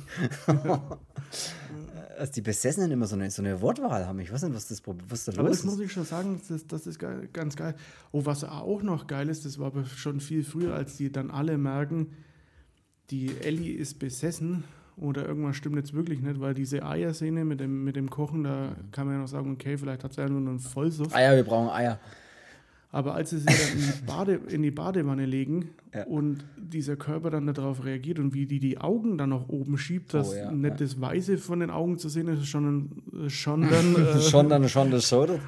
Also die Besessenen immer so eine Wortwahl haben. Ich weiß nicht, was da los ist. Aber das muss ich schon sagen, das ist geil, ganz geil. Oh, was auch noch geil ist, das war aber schon viel früher, als die dann alle merken, die Ellie ist besessen oder irgendwas stimmt jetzt wirklich nicht, weil diese Eierszene mit dem Kochen, da kann man ja noch sagen, okay, vielleicht hat sie ja nur einen Vollsuff. Eier, wir brauchen Eier. Aber als sie dann in die Badewanne legen und dieser Körper dann darauf reagiert und wie die Augen dann nach oben schiebt, dass nicht das Weiße von den Augen zu sehen ist, schon das Shoulder.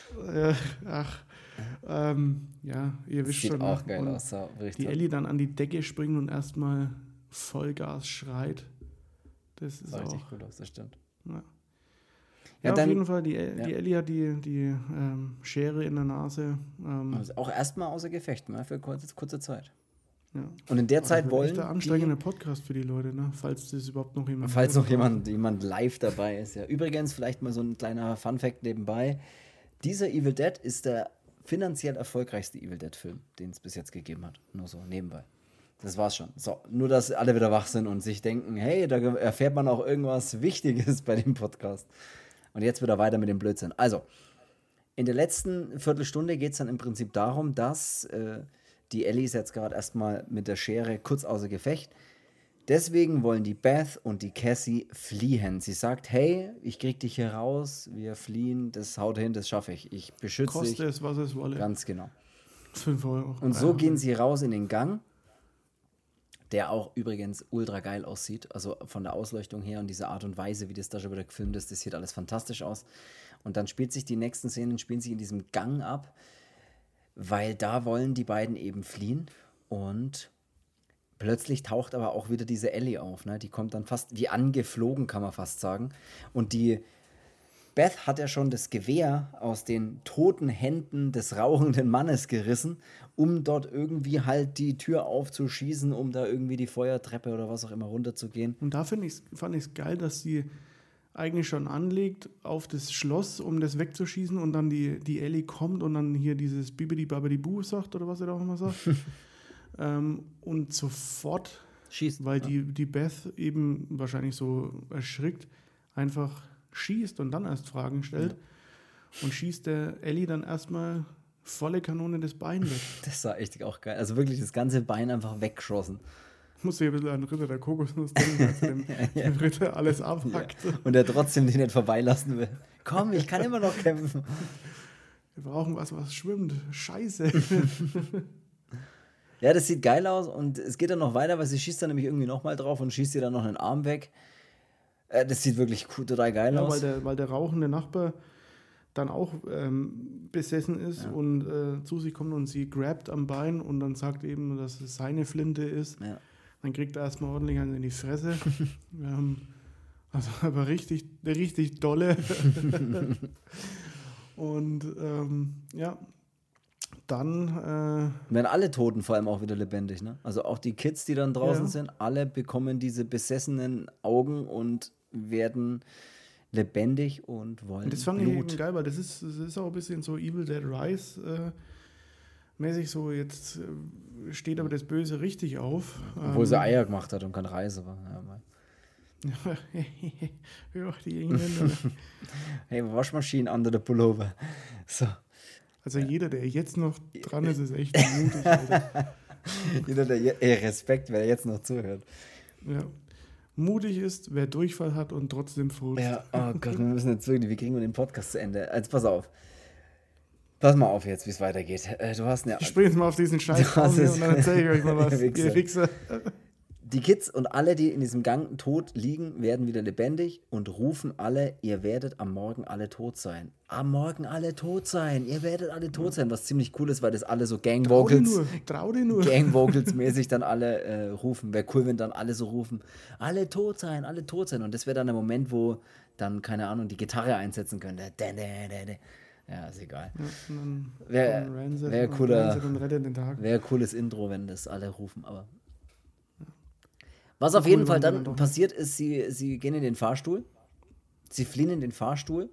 Ja, ihr wisst sieht schon. Sieht auch geil aus. Die Ellie dann an die Decke springt und erstmal Vollgas schreit. Das ist auch richtig gut aus, das stimmt. Ja, dann, auf jeden Fall, die Ellie hat die Schere in der Nase. Also auch erstmal außer Gefecht, ne, für kurze Zeit. Ja. Und in der Zeit wollen. Das ist ein anstrengender Podcast für die Leute, ne? Falls das überhaupt noch jemand. Falls noch jemand live dabei ist. Ja. Übrigens, vielleicht mal so ein kleiner Funfact nebenbei: Dieser Evil Dead ist der finanziell erfolgreichste Evil Dead-Film, den es bis jetzt gegeben hat. Nur so nebenbei. Das war's schon. So, nur, dass alle wieder wach sind und sich denken, hey, da erfährt man auch irgendwas Wichtiges bei dem Podcast. Und jetzt wieder weiter mit dem Blödsinn. Also, in der letzten Viertelstunde geht es dann im Prinzip darum, dass die Ellie ist jetzt gerade erstmal mit der Schere kurz außer Gefecht. Deswegen wollen die Beth und die Cassie fliehen. Sie sagt, hey, ich krieg dich hier raus, wir fliehen, das haut hin, das schaffe ich. Ich beschütze dich. Koste es, was es wolle. Ganz genau. 5 Euro. Und so gehen sie raus in den Gang, der auch übrigens ultra geil aussieht. Also von der Ausleuchtung her und dieser Art und Weise, wie das da schon wieder gefilmt ist, das sieht alles fantastisch aus. Und dann die nächsten Szenen spielen sich in diesem Gang ab, weil da wollen die beiden eben fliehen und plötzlich taucht aber auch wieder diese Ellie auf, ne? Die kommt dann fast wie angeflogen, kann man fast sagen. Und die Beth hat ja schon das Gewehr aus den toten Händen des rauchenden Mannes gerissen, um dort irgendwie halt die Tür aufzuschießen, um da irgendwie die Feuertreppe oder was auch immer runterzugehen. Und da fand ich es geil, dass sie eigentlich schon anlegt auf das Schloss, um das wegzuschießen und dann die Ellie kommt und dann hier dieses Bibidi-Babidi-Bu sagt oder was er da auch immer sagt. Und sofort schießt, weil die Beth eben wahrscheinlich so erschrickt, einfach schießt und dann erst Fragen stellt und schießt der Ellie dann erstmal volle Kanone das Bein weg. Das war echt auch geil. Also wirklich das ganze Bein einfach weggeschossen. Ich muss hier ein bisschen an Ritter der Kokosnuss denken, als dem Ritter alles abhackt. Ja. Und er trotzdem den nicht vorbeilassen will. Komm, ich kann immer noch kämpfen. Wir brauchen was schwimmt. Scheiße. Ja, das sieht geil aus und es geht dann noch weiter, weil sie schießt dann nämlich irgendwie nochmal drauf und schießt ihr dann noch einen Arm weg. Das sieht wirklich total geil aus. Weil der rauchende Nachbar dann auch besessen ist und zu sich kommt und sie grabt am Bein und dann sagt eben, dass es seine Flinte ist. Ja. Dann kriegt er erstmal ordentlich einen in die Fresse. Also aber richtig dolle. Und dann werden alle Toten vor allem auch wieder lebendig, ne? Also auch die Kids, die dann draußen sind, alle bekommen diese besessenen Augen und werden lebendig und wollen das fand Blut. Ich eben geil, weil das ist auch ein bisschen so Evil Dead Rise mäßig so, jetzt steht aber das Böse richtig auf. Obwohl sie Eier gemacht hat und kein Reise war. Ja, die Engländer. Hey, Waschmaschine under the Pullover. So. Also jeder, der jetzt noch dran ist echt mutig, Alter. Jeder, der Respekt, wer jetzt noch zuhört. Ja. Mutig ist, wer Durchfall hat und trotzdem furzt. Ja, oh Gott, wir müssen jetzt wirklich, wie kriegen wir den Podcast zu Ende? Also pass auf. Pass mal auf jetzt, wie es weitergeht. Du hast ja. Ich springe jetzt mal auf diesen Scheiß Du hast hier es- und dann erzähle ich euch mal was. Ihr Wichser. Ihr Wichser. Die Kids und alle, die in diesem Gang tot liegen, werden wieder lebendig und rufen alle, ihr werdet am Morgen alle tot sein. Am Morgen alle tot sein. Ihr werdet alle tot sein. Was ziemlich cool ist, weil das alle so Trau dir nur. Gang-Vocals-mäßig dann alle rufen. Wäre cool, wenn dann alle so rufen, alle tot sein, alle tot sein. Und das wäre dann der Moment, wo dann, keine Ahnung, die Gitarre einsetzen könnte. Ja, ist egal. Ja, und dann Wär- kommt Rancid wär und cooler- Rancid und rettet den Tag. Wäre ein cooles Intro, wenn das alle rufen, aber. Was auf Cool, jeden Fall wenn dann dann doch passiert ist, sie gehen in den Fahrstuhl. Sie fliehen in den Fahrstuhl.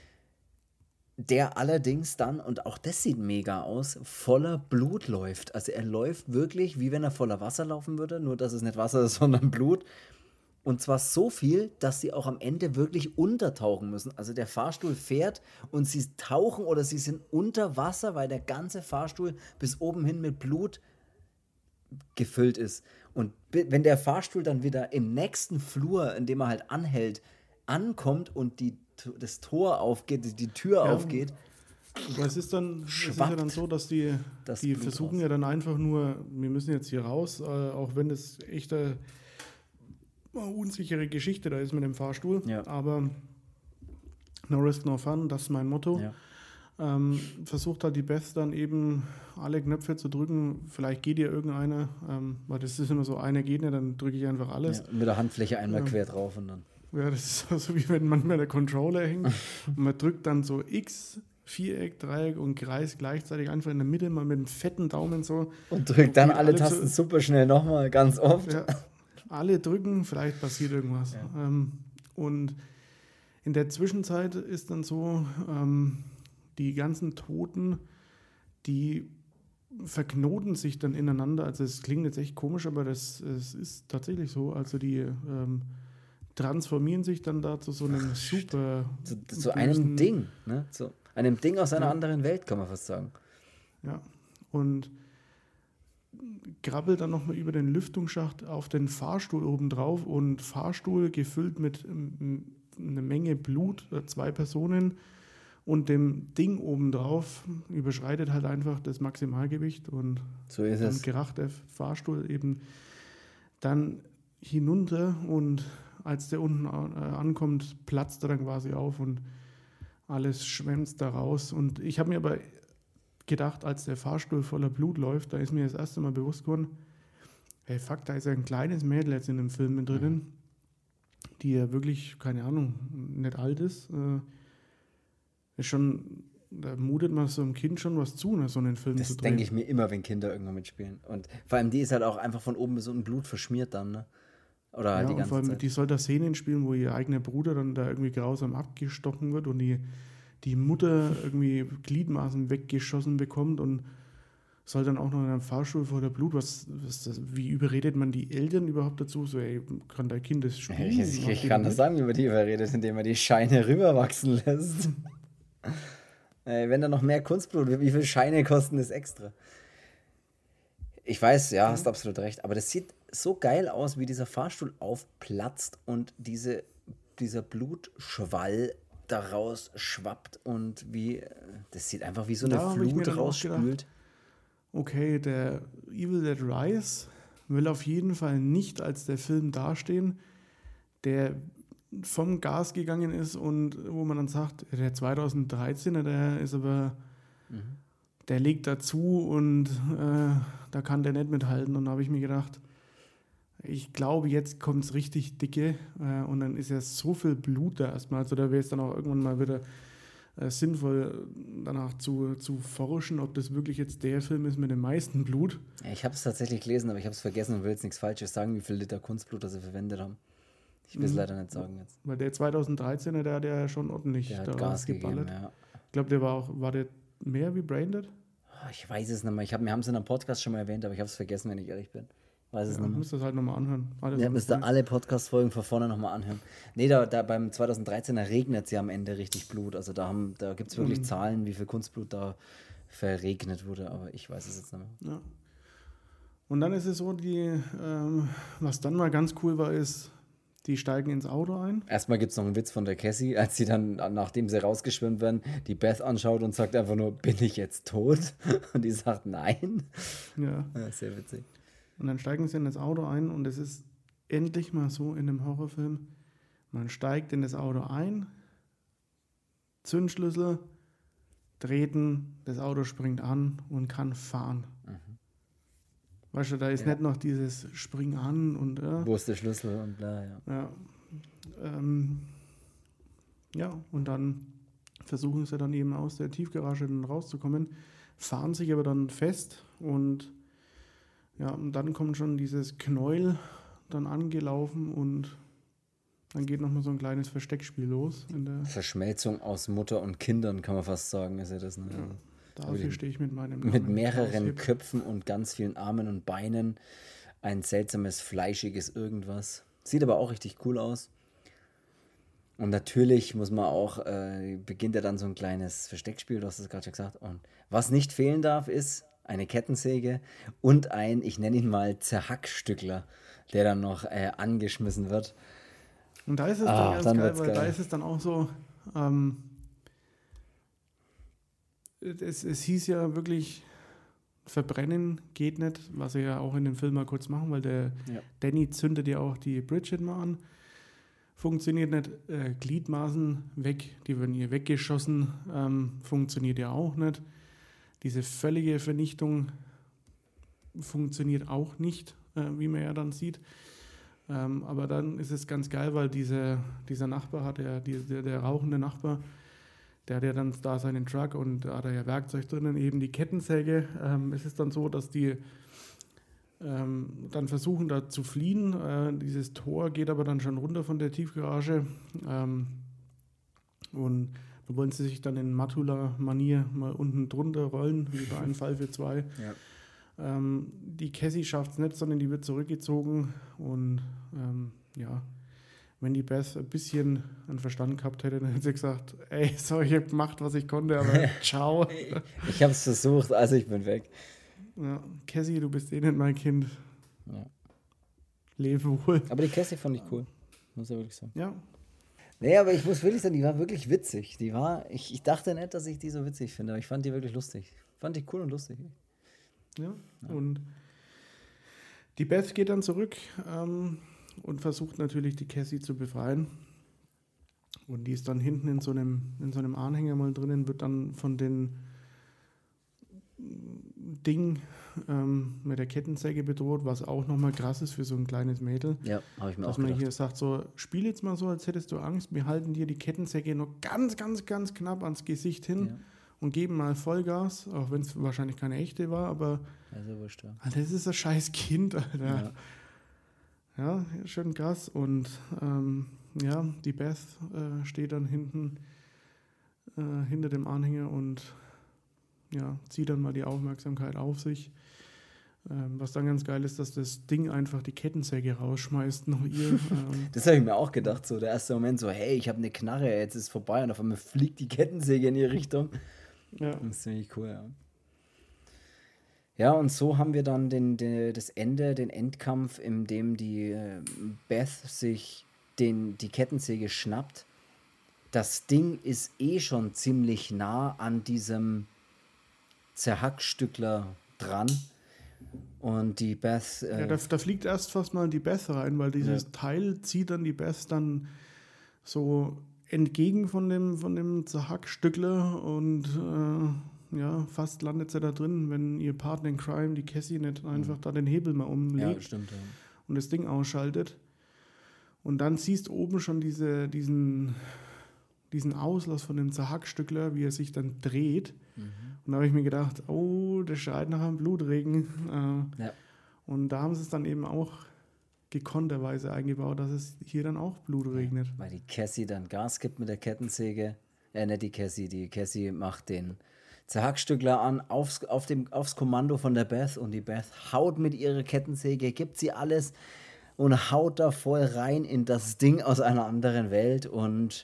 Der allerdings dann, und auch das sieht mega aus, voller Blut läuft. Also er läuft wirklich, wie wenn er voller Wasser laufen würde, nur dass es nicht Wasser ist, sondern Blut. Und zwar so viel, dass sie auch am Ende wirklich untertauchen müssen. Also der Fahrstuhl fährt und sie tauchen oder sie sind unter Wasser, weil der ganze Fahrstuhl bis oben hin mit Blut gefüllt ist. Und wenn der Fahrstuhl dann wieder im nächsten Flur, in dem er halt anhält, ankommt und das Tor aufgeht, die Tür Ja. aufgeht, Aber es ist ja dann Schwappt so, dass die das die Blut versuchen raus. ja dann einfach nur, wir müssen jetzt hier raus, auch wenn das echt eine unsichere Geschichte da ist mit dem Fahrstuhl. Ja. Aber no risk, no fun, das ist mein Motto. ja. Versucht halt die Beth dann eben alle Knöpfe zu drücken. Vielleicht geht ihr irgendeiner, weil das ist immer so, einer geht nicht, dann drücke ich einfach alles. Ja, mit der Handfläche einmal quer drauf und dann. Ja, das ist so, wie wenn manchmal der Controller hängt und man drückt dann so X, Viereck, Dreieck und Kreis gleichzeitig einfach in der Mitte mal mit dem fetten Daumen so. Und drückt dann Geht alle alles Tasten so- super schnell nochmal, ganz oft. Ja, alle drücken, vielleicht passiert irgendwas. Ja. Und in der Zwischenzeit ist dann so, die ganzen Toten, die verknoten sich dann ineinander. Also es klingt jetzt echt komisch, aber es ist tatsächlich so. Also die transformieren sich dann da zu so einem super Zu einem bösen- Ding, ne? Zu einem Ding aus einer Ja. anderen Welt, kann man fast sagen. Ja, und krabbelt dann nochmal über den Lüftungsschacht auf den Fahrstuhl oben drauf und Fahrstuhl gefüllt mit einer Menge Blut, 2 Personen und dem Ding oben drauf überschreitet halt einfach das Maximalgewicht und So ist dann es. geracht der Fahrstuhl eben dann hinunter und als der unten ankommt, platzt er dann quasi auf und alles schwemmt da raus. Und ich habe mir aber gedacht, als der Fahrstuhl voller Blut läuft, da ist mir das erste Mal bewusst geworden, hey fuck, da ist ja ein kleines Mädel jetzt in dem Film mit drinnen, die ja wirklich, keine Ahnung, nicht alt ist. Ist schon, da mutet man so einem Kind schon was zu, ne, so einen Film Das zu drehen. denke ich mir immer, wenn Kinder irgendwann mitspielen. Und vor allem die ist halt auch einfach von oben bis unten Blut verschmiert dann, ne? Oder halt Ja, die und ganze vor allem, Zeit. die soll da Szenen spielen, wo ihr eigener Bruder dann da irgendwie grausam abgestochen wird und die Mutter irgendwie Gliedmaßen weggeschossen bekommt und soll dann auch noch in einem Fahrstuhl vor der Blut, wie überredet man die Eltern überhaupt dazu? So, ey, kann dein Kind das spielen? Ich kann das sagen, wie man die überredet, indem man die Scheine rüberwachsen lässt. Wenn da noch mehr Kunstblut, wie viel Scheine kosten das extra? Ich weiß, ja, hast absolut recht, aber das sieht so geil aus, wie dieser Fahrstuhl aufplatzt und dieser Blutschwall daraus schwappt und das sieht einfach wie so eine Da habe ich mir Flut dann auch rausspült. Okay, der Evil Dead Rise will auf jeden Fall nicht als der Film dastehen, der vom Gas gegangen ist und wo man dann sagt, der 2013er, der ist aber, der legt dazu und da kann der nicht mithalten. Und da habe ich mir gedacht, ich glaube, jetzt kommt es richtig dicke und dann ist ja so viel Blut da erstmal. Also da wäre es dann auch irgendwann mal wieder sinnvoll, danach zu forschen, ob das wirklich jetzt der Film ist mit dem meisten Blut. Ja, ich habe es tatsächlich gelesen, aber ich habe es vergessen und will jetzt nichts Falsches sagen, wie viel Liter Kunstblut das sie verwendet haben. Ich will es leider nicht sagen jetzt. Weil der 2013er, der hat ja schon ordentlich Der da hat Gas gegeben, geballert. ja. Ich glaube, war der mehr wie Braindead? Ich weiß es nicht mehr. Wir haben es in einem Podcast schon mal erwähnt, aber ich habe es vergessen, wenn ich ehrlich bin. Weiß es Ja, nicht mehr. müsst das halt nochmal anhören. Alles Ihr auf müsst Zeit. da alle Podcast-Folgen von vorne nochmal anhören. Nee, da beim 2013er regnet es ja am Ende richtig Blut. Also da gibt es wirklich Zahlen, wie viel Kunstblut da verregnet wurde, aber ich weiß es jetzt nicht mehr. Ja. Und dann ist es so, was dann mal ganz cool war, ist, Die steigen ins Auto ein. Erstmal gibt es noch einen Witz von der Cassie, als sie dann, nachdem sie rausgeschwimmt werden, die Beth anschaut und sagt einfach nur, bin ich jetzt tot? Und die sagt, nein. Ja. Ja, sehr witzig. Und dann steigen sie in das Auto ein und es ist endlich mal so in einem Horrorfilm, man steigt in das Auto ein, Zündschlüssel, treten, das Auto springt an und kann fahren. Weißt du, da ist nicht noch dieses Spring an und Wo ist der Schlüssel und bla, ja. Ja, und dann versuchen sie dann eben aus der Tiefgarage dann rauszukommen, fahren sich aber dann fest und ja, und dann kommt schon dieses Knäuel dann angelaufen und dann geht nochmal so ein kleines Versteckspiel los. Verschmelzung aus Mutter und Kindern, kann man fast sagen, ist ja das. Ne? Ja, dafür stehe ich mit meinem Namen. Mit mehreren Köpfen und ganz vielen Armen und Beinen. Ein seltsames, fleischiges irgendwas. Sieht aber auch richtig cool aus. Und natürlich muss man auch, beginnt ja dann so ein kleines Versteckspiel, du hast es gerade schon gesagt. Und was nicht fehlen darf, ist eine Kettensäge und ein, ich nenne ihn mal Zerhackstückler, der dann noch angeschmissen wird. Und da ist es dann ganz geil, weil da ist es dann auch so, es hieß ja wirklich, verbrennen geht nicht, was sie ja auch in dem Film mal kurz machen, weil der Danny zündet ja auch die Bridget mal an. Funktioniert nicht, Gliedmaßen weg, die werden hier weggeschossen, funktioniert ja auch nicht. Diese völlige Vernichtung funktioniert auch nicht, wie man ja dann sieht. Aber dann ist es ganz geil, weil dieser Nachbar hat ja, der rauchende Nachbar, der hat ja dann da seinen Truck und da hat er ja Werkzeug drinnen, eben die Kettensäge. Es ist dann so, dass die dann versuchen da zu fliehen. Dieses Tor geht aber dann schon runter von der Tiefgarage. Und da wollen sie sich dann in Matula-Manier mal unten drunter rollen, wie bei einem Fall für zwei. Ja. Die Cassie schafft es nicht, sondern die wird zurückgezogen. Und wenn die Beth ein bisschen einen Verstand gehabt hätte, dann hätte sie gesagt, ey, so, ich habe gemacht, was ich konnte, aber ciao. Ich habe es versucht, also ich bin weg. Ja, Cassie, du bist eh nicht mein Kind. Ja. Lebe wohl. Aber die Cassie fand ich cool, muss ich wirklich sagen. Ja. Nee, aber ich muss wirklich sagen, die war wirklich witzig. Ich dachte nicht, dass ich die so witzig finde, aber ich fand die wirklich lustig. Fand die cool und lustig. Ja. Und die Beth geht dann zurück und versucht natürlich, die Cassie zu befreien. Und die ist dann hinten in so einem Anhänger mal drinnen, wird dann von den Ding mit der Kettensäge bedroht, was auch nochmal krass ist für so ein kleines Mädel. Ja, habe ich mir auch gedacht. Dass man hier sagt, so, spiel jetzt mal so, als hättest du Angst, wir halten dir die Kettensäge nur ganz, ganz, ganz knapp ans Gesicht hin und geben mal Vollgas, auch wenn es wahrscheinlich keine echte war, aber also wurscht, ja. Alter, das ist ein scheiß Kind, Alter. Ja, schön krass. Und die Beth steht dann hinter dem Anhänger und zieht dann mal die Aufmerksamkeit auf sich. Was dann ganz geil ist, dass das Ding einfach die Kettensäge rausschmeißt nach ihr. Das habe ich mir auch gedacht, so der erste Moment so, hey, ich habe eine Knarre, jetzt ist es vorbei und auf einmal fliegt die Kettensäge in ihre Richtung. Ja. Das ist ziemlich cool, ja. Ja, und so haben wir dann das Ende, den Endkampf, in dem die Beth sich die Kettensäge schnappt. Das Ding ist eh schon ziemlich nah an diesem Zerhackstückler dran. Und die Beth... da fliegt erst fast mal die Beth rein, weil dieses Teil zieht dann die Beth dann so entgegen von dem Zerhackstückler und fast landet sie da drin, wenn ihr Partner in Crime, die Cassie, nicht einfach da den Hebel mal umlegt. Ja, stimmt, ja. Und das Ding ausschaltet. Und dann siehst du oben schon diesen Auslass von dem Zerhackstückler, wie er sich dann dreht. Und da habe ich mir gedacht, oh, das schreit nach einem Blutregen. Und da haben sie es dann eben auch gekonnterweise eingebaut, dass es hier dann auch Blut regnet. Weil die Cassie dann Gas gibt mit der Kettensäge. Nicht die Cassie macht den Zerhackstückler an aufs Kommando von der Beth und die Beth haut mit ihrer Kettensäge, gibt sie alles und haut da voll rein in das Ding aus einer anderen Welt und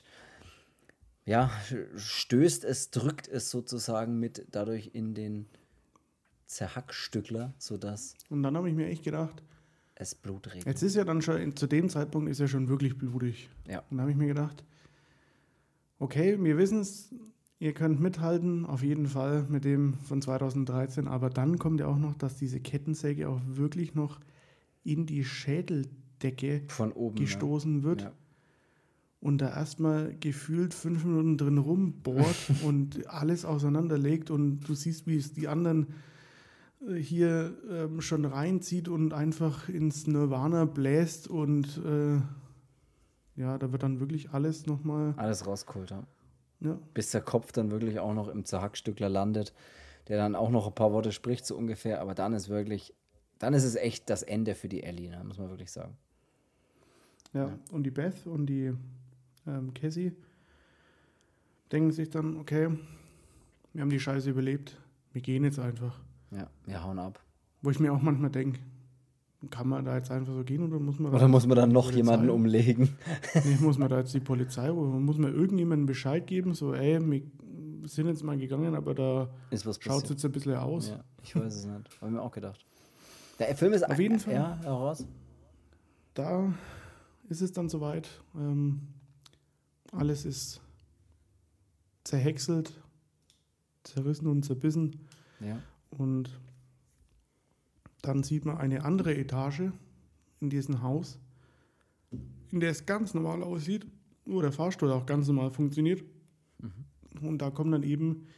drückt es sozusagen mit dadurch in den Zerhackstückler, sodass... Und dann habe ich mir echt gedacht, es Blut regnet. Jetzt ist ja dann schon, zu dem Zeitpunkt ist ja schon wirklich blutig. Ja. Und da habe ich mir gedacht, okay, wir wissen es, ihr könnt mithalten, auf jeden Fall mit dem von 2013, aber dann kommt ja auch noch, dass diese Kettensäge auch wirklich noch in die Schädeldecke Von oben gestoßen wird. Ja. Und da erstmal gefühlt 5 Minuten drin rumbohrt und alles auseinanderlegt und du siehst, wie es die anderen hier schon reinzieht und einfach ins Nirvana bläst und ja, da wird dann wirklich alles nochmal... Alles rausgeholt, ja. Ja. Bis der Kopf dann wirklich auch noch im Zerhackstückler landet, der dann auch noch ein paar Worte spricht, so ungefähr, aber dann ist es echt das Ende für die Ellie, ne? Muss man wirklich sagen. Ja, und die Beth und die Cassie denken sich dann, okay, wir haben die Scheiße überlebt, wir gehen jetzt einfach. Ja, wir hauen ab. Wo ich mir auch manchmal denke, kann man da jetzt einfach so gehen oder muss man dann noch jemanden umlegen? Nee, muss man da jetzt die Polizei rufen? Muss man irgendjemandem Bescheid geben, so ey, wir sind jetzt mal gegangen, aber da schaut es jetzt ein bisschen aus. Ja, ich weiß es nicht. Habe ich mir auch gedacht. Der Film ist auf jeden Fall. Ja, heraus. Da ist es dann soweit. Alles ist zerhäckselt, zerrissen und zerbissen. Ja. Und dann sieht man eine andere Etage in diesem Haus, in der es ganz normal aussieht, wo der Fahrstuhl auch ganz normal funktioniert. Mhm. Und da kommt dann eben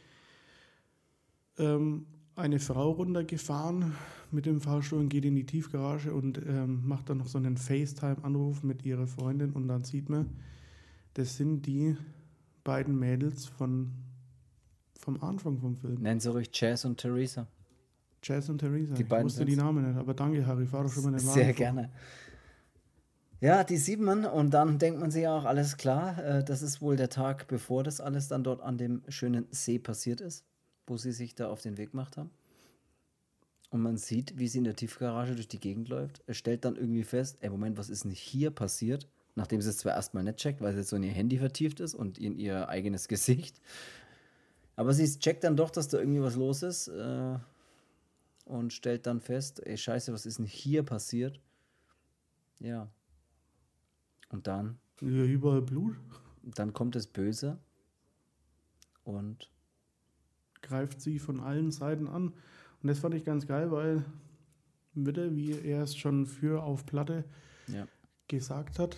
eine Frau runtergefahren mit dem Fahrstuhl und geht in die Tiefgarage und macht dann noch so einen FaceTime-Anruf mit ihrer Freundin und dann sieht man, das sind die beiden Mädels vom Anfang vom Film. Nennen Sie ruhig Jazz und Theresa. Jazz und Theresa. Die beiden ich wusste die Namen nicht, aber danke, Harry, fahr doch schon mal den Wagen. Sehr gerne. Ja, die sieht man und dann denkt man sich auch, alles klar, das ist wohl der Tag, bevor das alles dann dort an dem schönen See passiert ist, wo sie sich da auf den Weg gemacht haben. Und man sieht, wie sie in der Tiefgarage durch die Gegend läuft. Er stellt dann irgendwie fest, ey, Moment, was ist denn hier passiert? Nachdem sie es zwar erstmal nicht checkt, weil sie jetzt so in ihr Handy vertieft ist und in ihr eigenes Gesicht. Aber sie checkt dann doch, dass da irgendwie was los ist und stellt dann fest, ey, scheiße, was ist denn hier passiert? Ja. Und dann? Ja, überall Blut. Dann kommt das Böse und greift sie von allen Seiten an. Und das fand ich ganz geil, weil wieder, wie er es schon für auf Platte gesagt hat,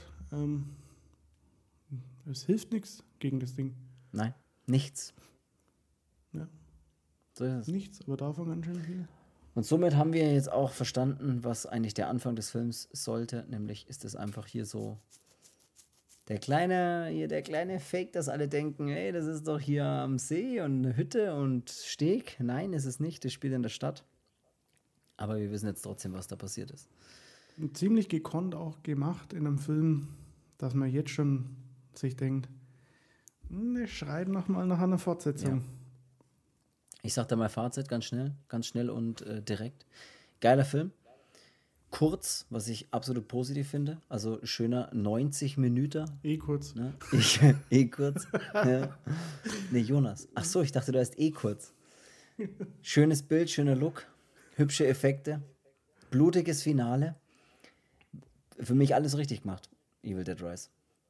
es hilft nichts gegen das Ding. Nein, nichts. Ja. So ist es. Nichts, aber davon ganz schön viel. Und somit haben wir jetzt auch verstanden, was eigentlich der Anfang des Films sollte. Nämlich ist es einfach hier so der kleine Fake, dass alle denken, ey, das ist doch hier am See und eine Hütte und Steg. Nein, ist es nicht. Das spielt in der Stadt. Aber wir wissen jetzt trotzdem, was da passiert ist. Und ziemlich gekonnt auch gemacht in einem Film, dass man jetzt schon sich denkt, wir schreiben nochmal nach einer Fortsetzung. Ja. Ich sag da mal Fazit ganz schnell und direkt. Geiler Film. Kurz, was ich absolut positiv finde. Also schöner 90 Minuten. Kurz. Ne? Kurz. Ja. Nee, Jonas. Ach so, ich dachte, du heißt kurz. Schönes Bild, schöner Look, hübsche Effekte, blutiges Finale. Für mich alles richtig gemacht. Evil Dead Rise.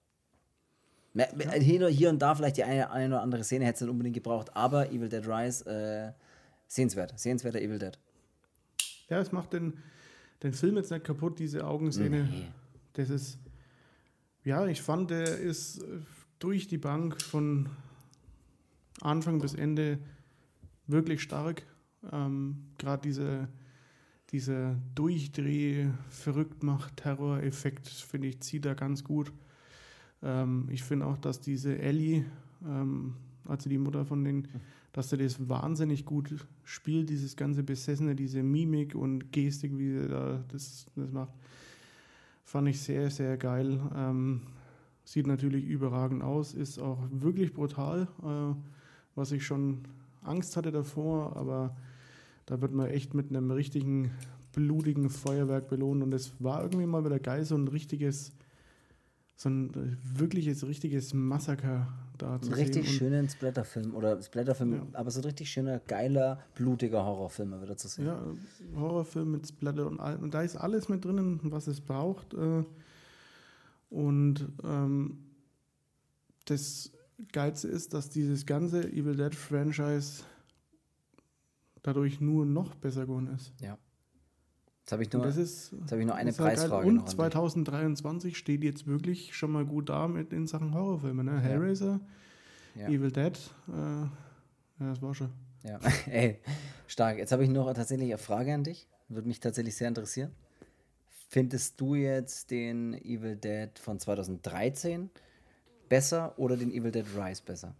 Hier und da vielleicht die eine oder andere Szene hätte es nicht unbedingt gebraucht, aber Evil Dead Rise, sehenswerter Evil Dead. Ja, es macht den Film jetzt nicht kaputt, diese Augenszene. Nee. Das ist, ja, ich fand, der ist durch die Bank von Anfang bis Ende wirklich stark. Gerade dieser Durchdreh-Verrücktmacht-Terror-Effekt, finde ich, zieht da ganz gut. Ich finde auch, dass diese Ellie, also die Mutter von denen, dass sie das wahnsinnig gut spielt, dieses ganze Besessene, diese Mimik und Gestik, wie sie da das macht, fand ich sehr, sehr geil. Sieht natürlich überragend aus, ist auch wirklich brutal, was ich schon Angst hatte davor, aber da wird man echt mit einem richtigen blutigen Feuerwerk belohnt und es war irgendwie mal wieder geil, so ein richtiges so ein wirkliches, richtiges Massaker da zu Einen sehen. richtig schönen Splatterfilm oder Splatterfilm, Ja. aber so ein richtig schöner, geiler, blutiger Horrorfilm mal wieder zu sehen. Ja, Horrorfilm mit Splatter und allem. Und da ist alles mit drinnen, was es braucht. Und das Geilste ist, dass dieses ganze Evil Dead Franchise dadurch nur noch besser geworden ist. Ja. Jetzt habe ich Und nur, das ist, jetzt habe ich nur eine das ist halt geil. Preisfrage. Und noch an dich. 2023 steht jetzt wirklich schon mal gut da mit in Sachen Horrorfilme. Ne? Hellraiser, Ja. Evil Dead, ja, das war schon. Ja, ey, stark. Jetzt habe ich noch tatsächlich eine Frage an dich. Würde mich tatsächlich sehr interessieren. Findest du jetzt den Evil Dead von 2013 besser oder den Evil Dead Rise besser?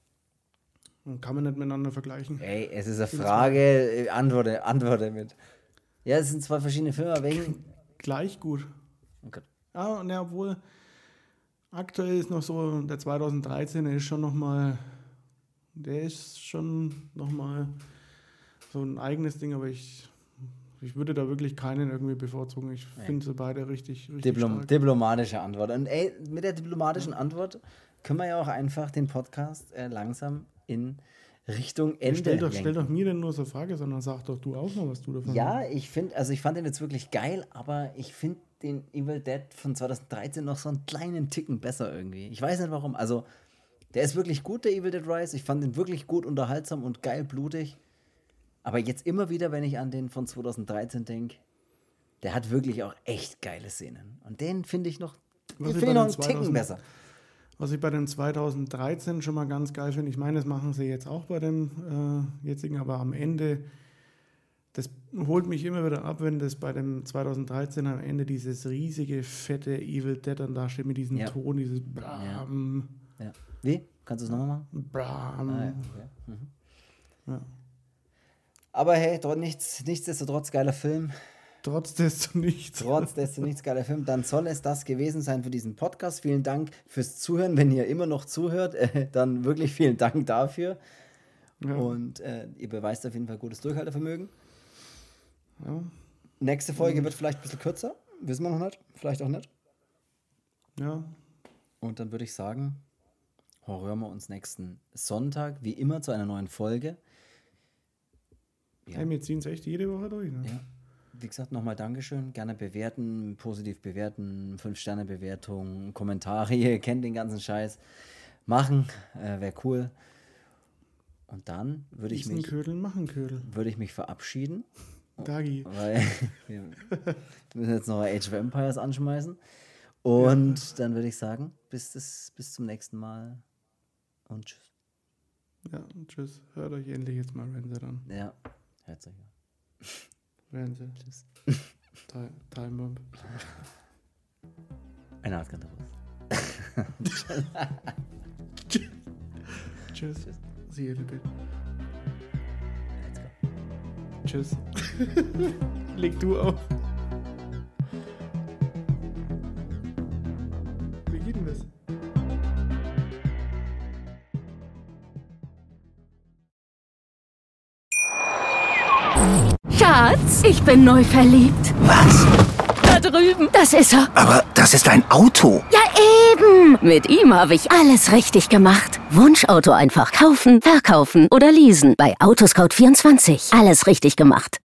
Kann man nicht miteinander vergleichen. Ey, es ist eine Frage, antworte mit. Ja, es sind zwei verschiedene Filme, welchen? Gleich gut. Okay. Ja, ne, obwohl aktuell ist noch so, der 2013er ist schon nochmal, der ist schon nochmal so ein eigenes Ding, aber ich würde da wirklich keinen irgendwie bevorzugen. Ich finde sie beide richtig stark. Diplomatische Antwort. Und ey, mit der diplomatischen Antwort können wir ja auch einfach den Podcast langsam in Richtung Ende Stell doch mir denn nur so eine Frage, sondern sag doch du auch mal, was du davon Ja, ich fand den jetzt wirklich geil, aber ich finde den Evil Dead von 2013 noch so einen kleinen Ticken besser irgendwie. Ich weiß nicht warum. Also, der ist wirklich gut, der Evil Dead Rise. Ich fand den wirklich gut, unterhaltsam und geil blutig. Aber jetzt immer wieder, wenn ich an den von 2013 denke, der hat wirklich auch echt geile Szenen. Und den finde ich noch einen Ticken besser. Was ich bei dem 2013 schon mal ganz geil finde, ich meine, das machen sie jetzt auch bei dem jetzigen, aber am Ende, das holt mich immer wieder ab, wenn das bei dem 2013 am Ende dieses riesige, fette Evil Dead dann da steht mit diesem Ton, dieses Bram. Ja. Wie? Kannst du es nochmal machen? Bram. Ah, ja. Okay. Mhm. Ja. Aber hey, nichtsdestotrotz geiler Film. Trotz desto nichts, geiler Film. Dann soll es das gewesen sein für diesen Podcast. Vielen Dank fürs Zuhören. Wenn ihr immer noch zuhört, dann wirklich vielen Dank dafür. Ja. Und ihr beweist auf jeden Fall gutes Durchhaltevermögen. Ja. Nächste Folge wird vielleicht ein bisschen kürzer. Wissen wir noch nicht. Vielleicht auch nicht. Ja. Und dann würde ich sagen, hören wir uns nächsten Sonntag, wie immer, zu einer neuen Folge. Ja. Hey, wir ziehen es echt jede Woche durch. Ne? Ja. Wie gesagt, nochmal Dankeschön. Gerne bewerten, positiv bewerten, 5-Sterne-Bewertung, Kommentare, ihr kennt den ganzen Scheiß. Machen, wäre cool. Und dann würde ich mich verabschieden. Dagi. Weil wir müssen jetzt noch Age of Empires anschmeißen. Und dann würde ich sagen, bis zum nächsten Mal. Und tschüss. Ja, und tschüss. Hört euch endlich jetzt mal Rense an. Ja, hört euch an. Rense. Tschüss. Time Bomb. Eine Art Kantarus. Tschüss. See you in a bit. Let's go. Tschüss. Leg du auf. Wie geht denn das? Schatz, ich bin neu verliebt. Was? Da drüben. Das ist er. Aber das ist ein Auto. Ja, eben. Mit ihm habe ich alles richtig gemacht. Wunschauto einfach kaufen, verkaufen oder leasen. Bei Autoscout24. Alles richtig gemacht.